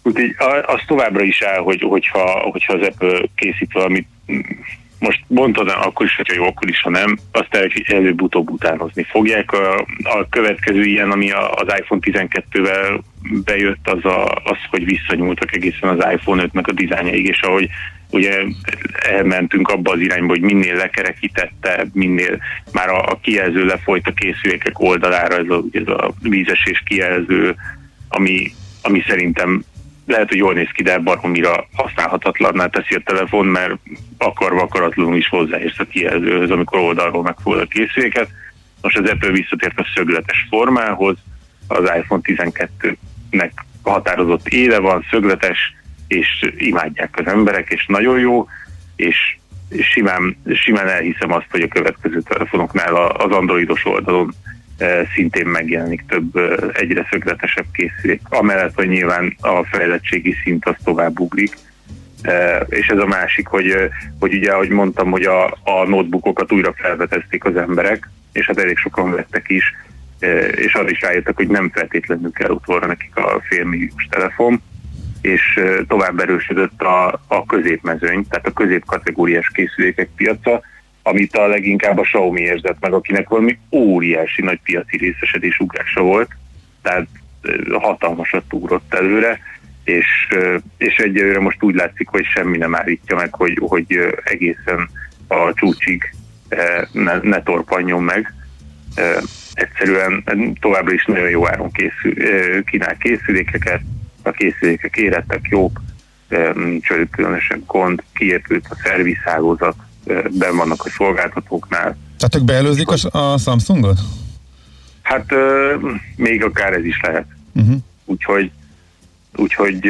Úgyhogy az továbbra is áll, hogy, hogyha, hogyha az Apple készít valamit, most mondtad, akkor is, hogyha jó, akkor is, ha nem, azt előbb-utóbb utánozni fogják. A, a következő ilyen, ami az iPhone tizenkettővel bejött, az, a, az, hogy visszanyúltak egészen az iPhone ötnek a dizájnjaig, és ahogy ugye elmentünk abba az irányba, hogy minél lekerekítettebb, minél már a, a kijelző lefolyt a készülékek oldalára, ez a, ez a vízesés kijelző, ami, ami szerintem lehet, hogy jól néz ki, de baromira használhatatlanná teszi a telefon, mert akarva akaratlanul is hozzáérsz a kijelzőhöz, amikor oldalról megfogod a készüléket. Most az Apple visszatért a szögletes formához, az iPhone tizenkettőnek határozott éle van, szögletes, és imádják az emberek, és nagyon jó, és simán, simán elhiszem azt, hogy a következő telefonoknál az androidos oldalon szintén megjelenik több egyre szögletesebb készülék. Amellett, hogy nyilván a fejlettségi szint az tovább ugrik. És ez a másik, hogy, hogy ugye, ahogy mondtam, hogy a, a notebookokat újra felvetezték az emberek, és hát elég sokan vettek is, és arra is rájöttek, hogy nem feltétlenül kell utolra nekik a félmilliós telefon, és tovább erősödött a, a középmezőny, tehát a középkategóriás készülékek piaca, amit a leginkább a Xiaomi érzett meg, akinek valami óriási nagy piaci részesedés ugrása volt, tehát hatalmasat ugrott előre, és, és egyelőre most úgy látszik, hogy semmi nem állítja meg, hogy, hogy egészen a csúcsig ne, ne torpanjon meg. Egyszerűen továbbra is nagyon jó áron készül, kínál készülékeket, a készülékek érettek, jók, nincs különösen gond, kiépült a szervizhálózat, benn vannak a szolgáltatóknál. Tehát ők beelőzik a, a Samsungot? Hát euh, még akár ez is lehet. Uh-huh. Úgyhogy, úgyhogy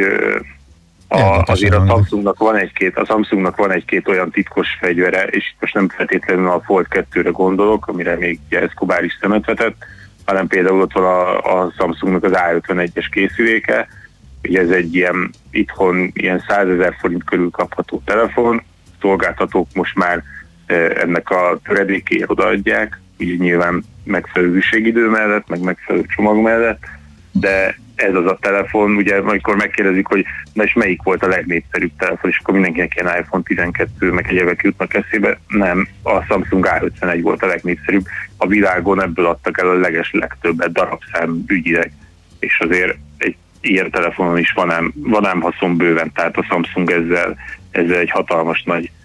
a, azért a Samsungnak van egy-két, a Samsungnak van egy-két olyan titkos fegyvere, és itt most nem feltétlenül a Fold kettőre gondolok, amire még Escobar is szemet vetett, hanem például ott van a, a Samsungnak az á ötvenegyes készüléke, ugye ez egy ilyen itthon ilyen százezer forint körül kapható telefon, szolgáltatók most már ennek a töredékéért odaadják, ugye nyilván megfelelő hűségidő mellett, meg megfelelő csomag mellett, de ez az a telefon, ugye amikor megkérdezik, hogy na és melyik volt a legnépszerűbb telefon, és akkor mindenkinek ilyen iPhone tizenkettő, meg egyébek jutnak eszébe, nem, a Samsung á ötvenegy volt a legnépszerűbb, a világon ebből adtak el a leges legtöbbet darabszám ügyileg, és azért egy ilyen telefonon is van ám, van ám haszon bőven, tehát a Samsung ezzel, ezzel egy hatalmas nagy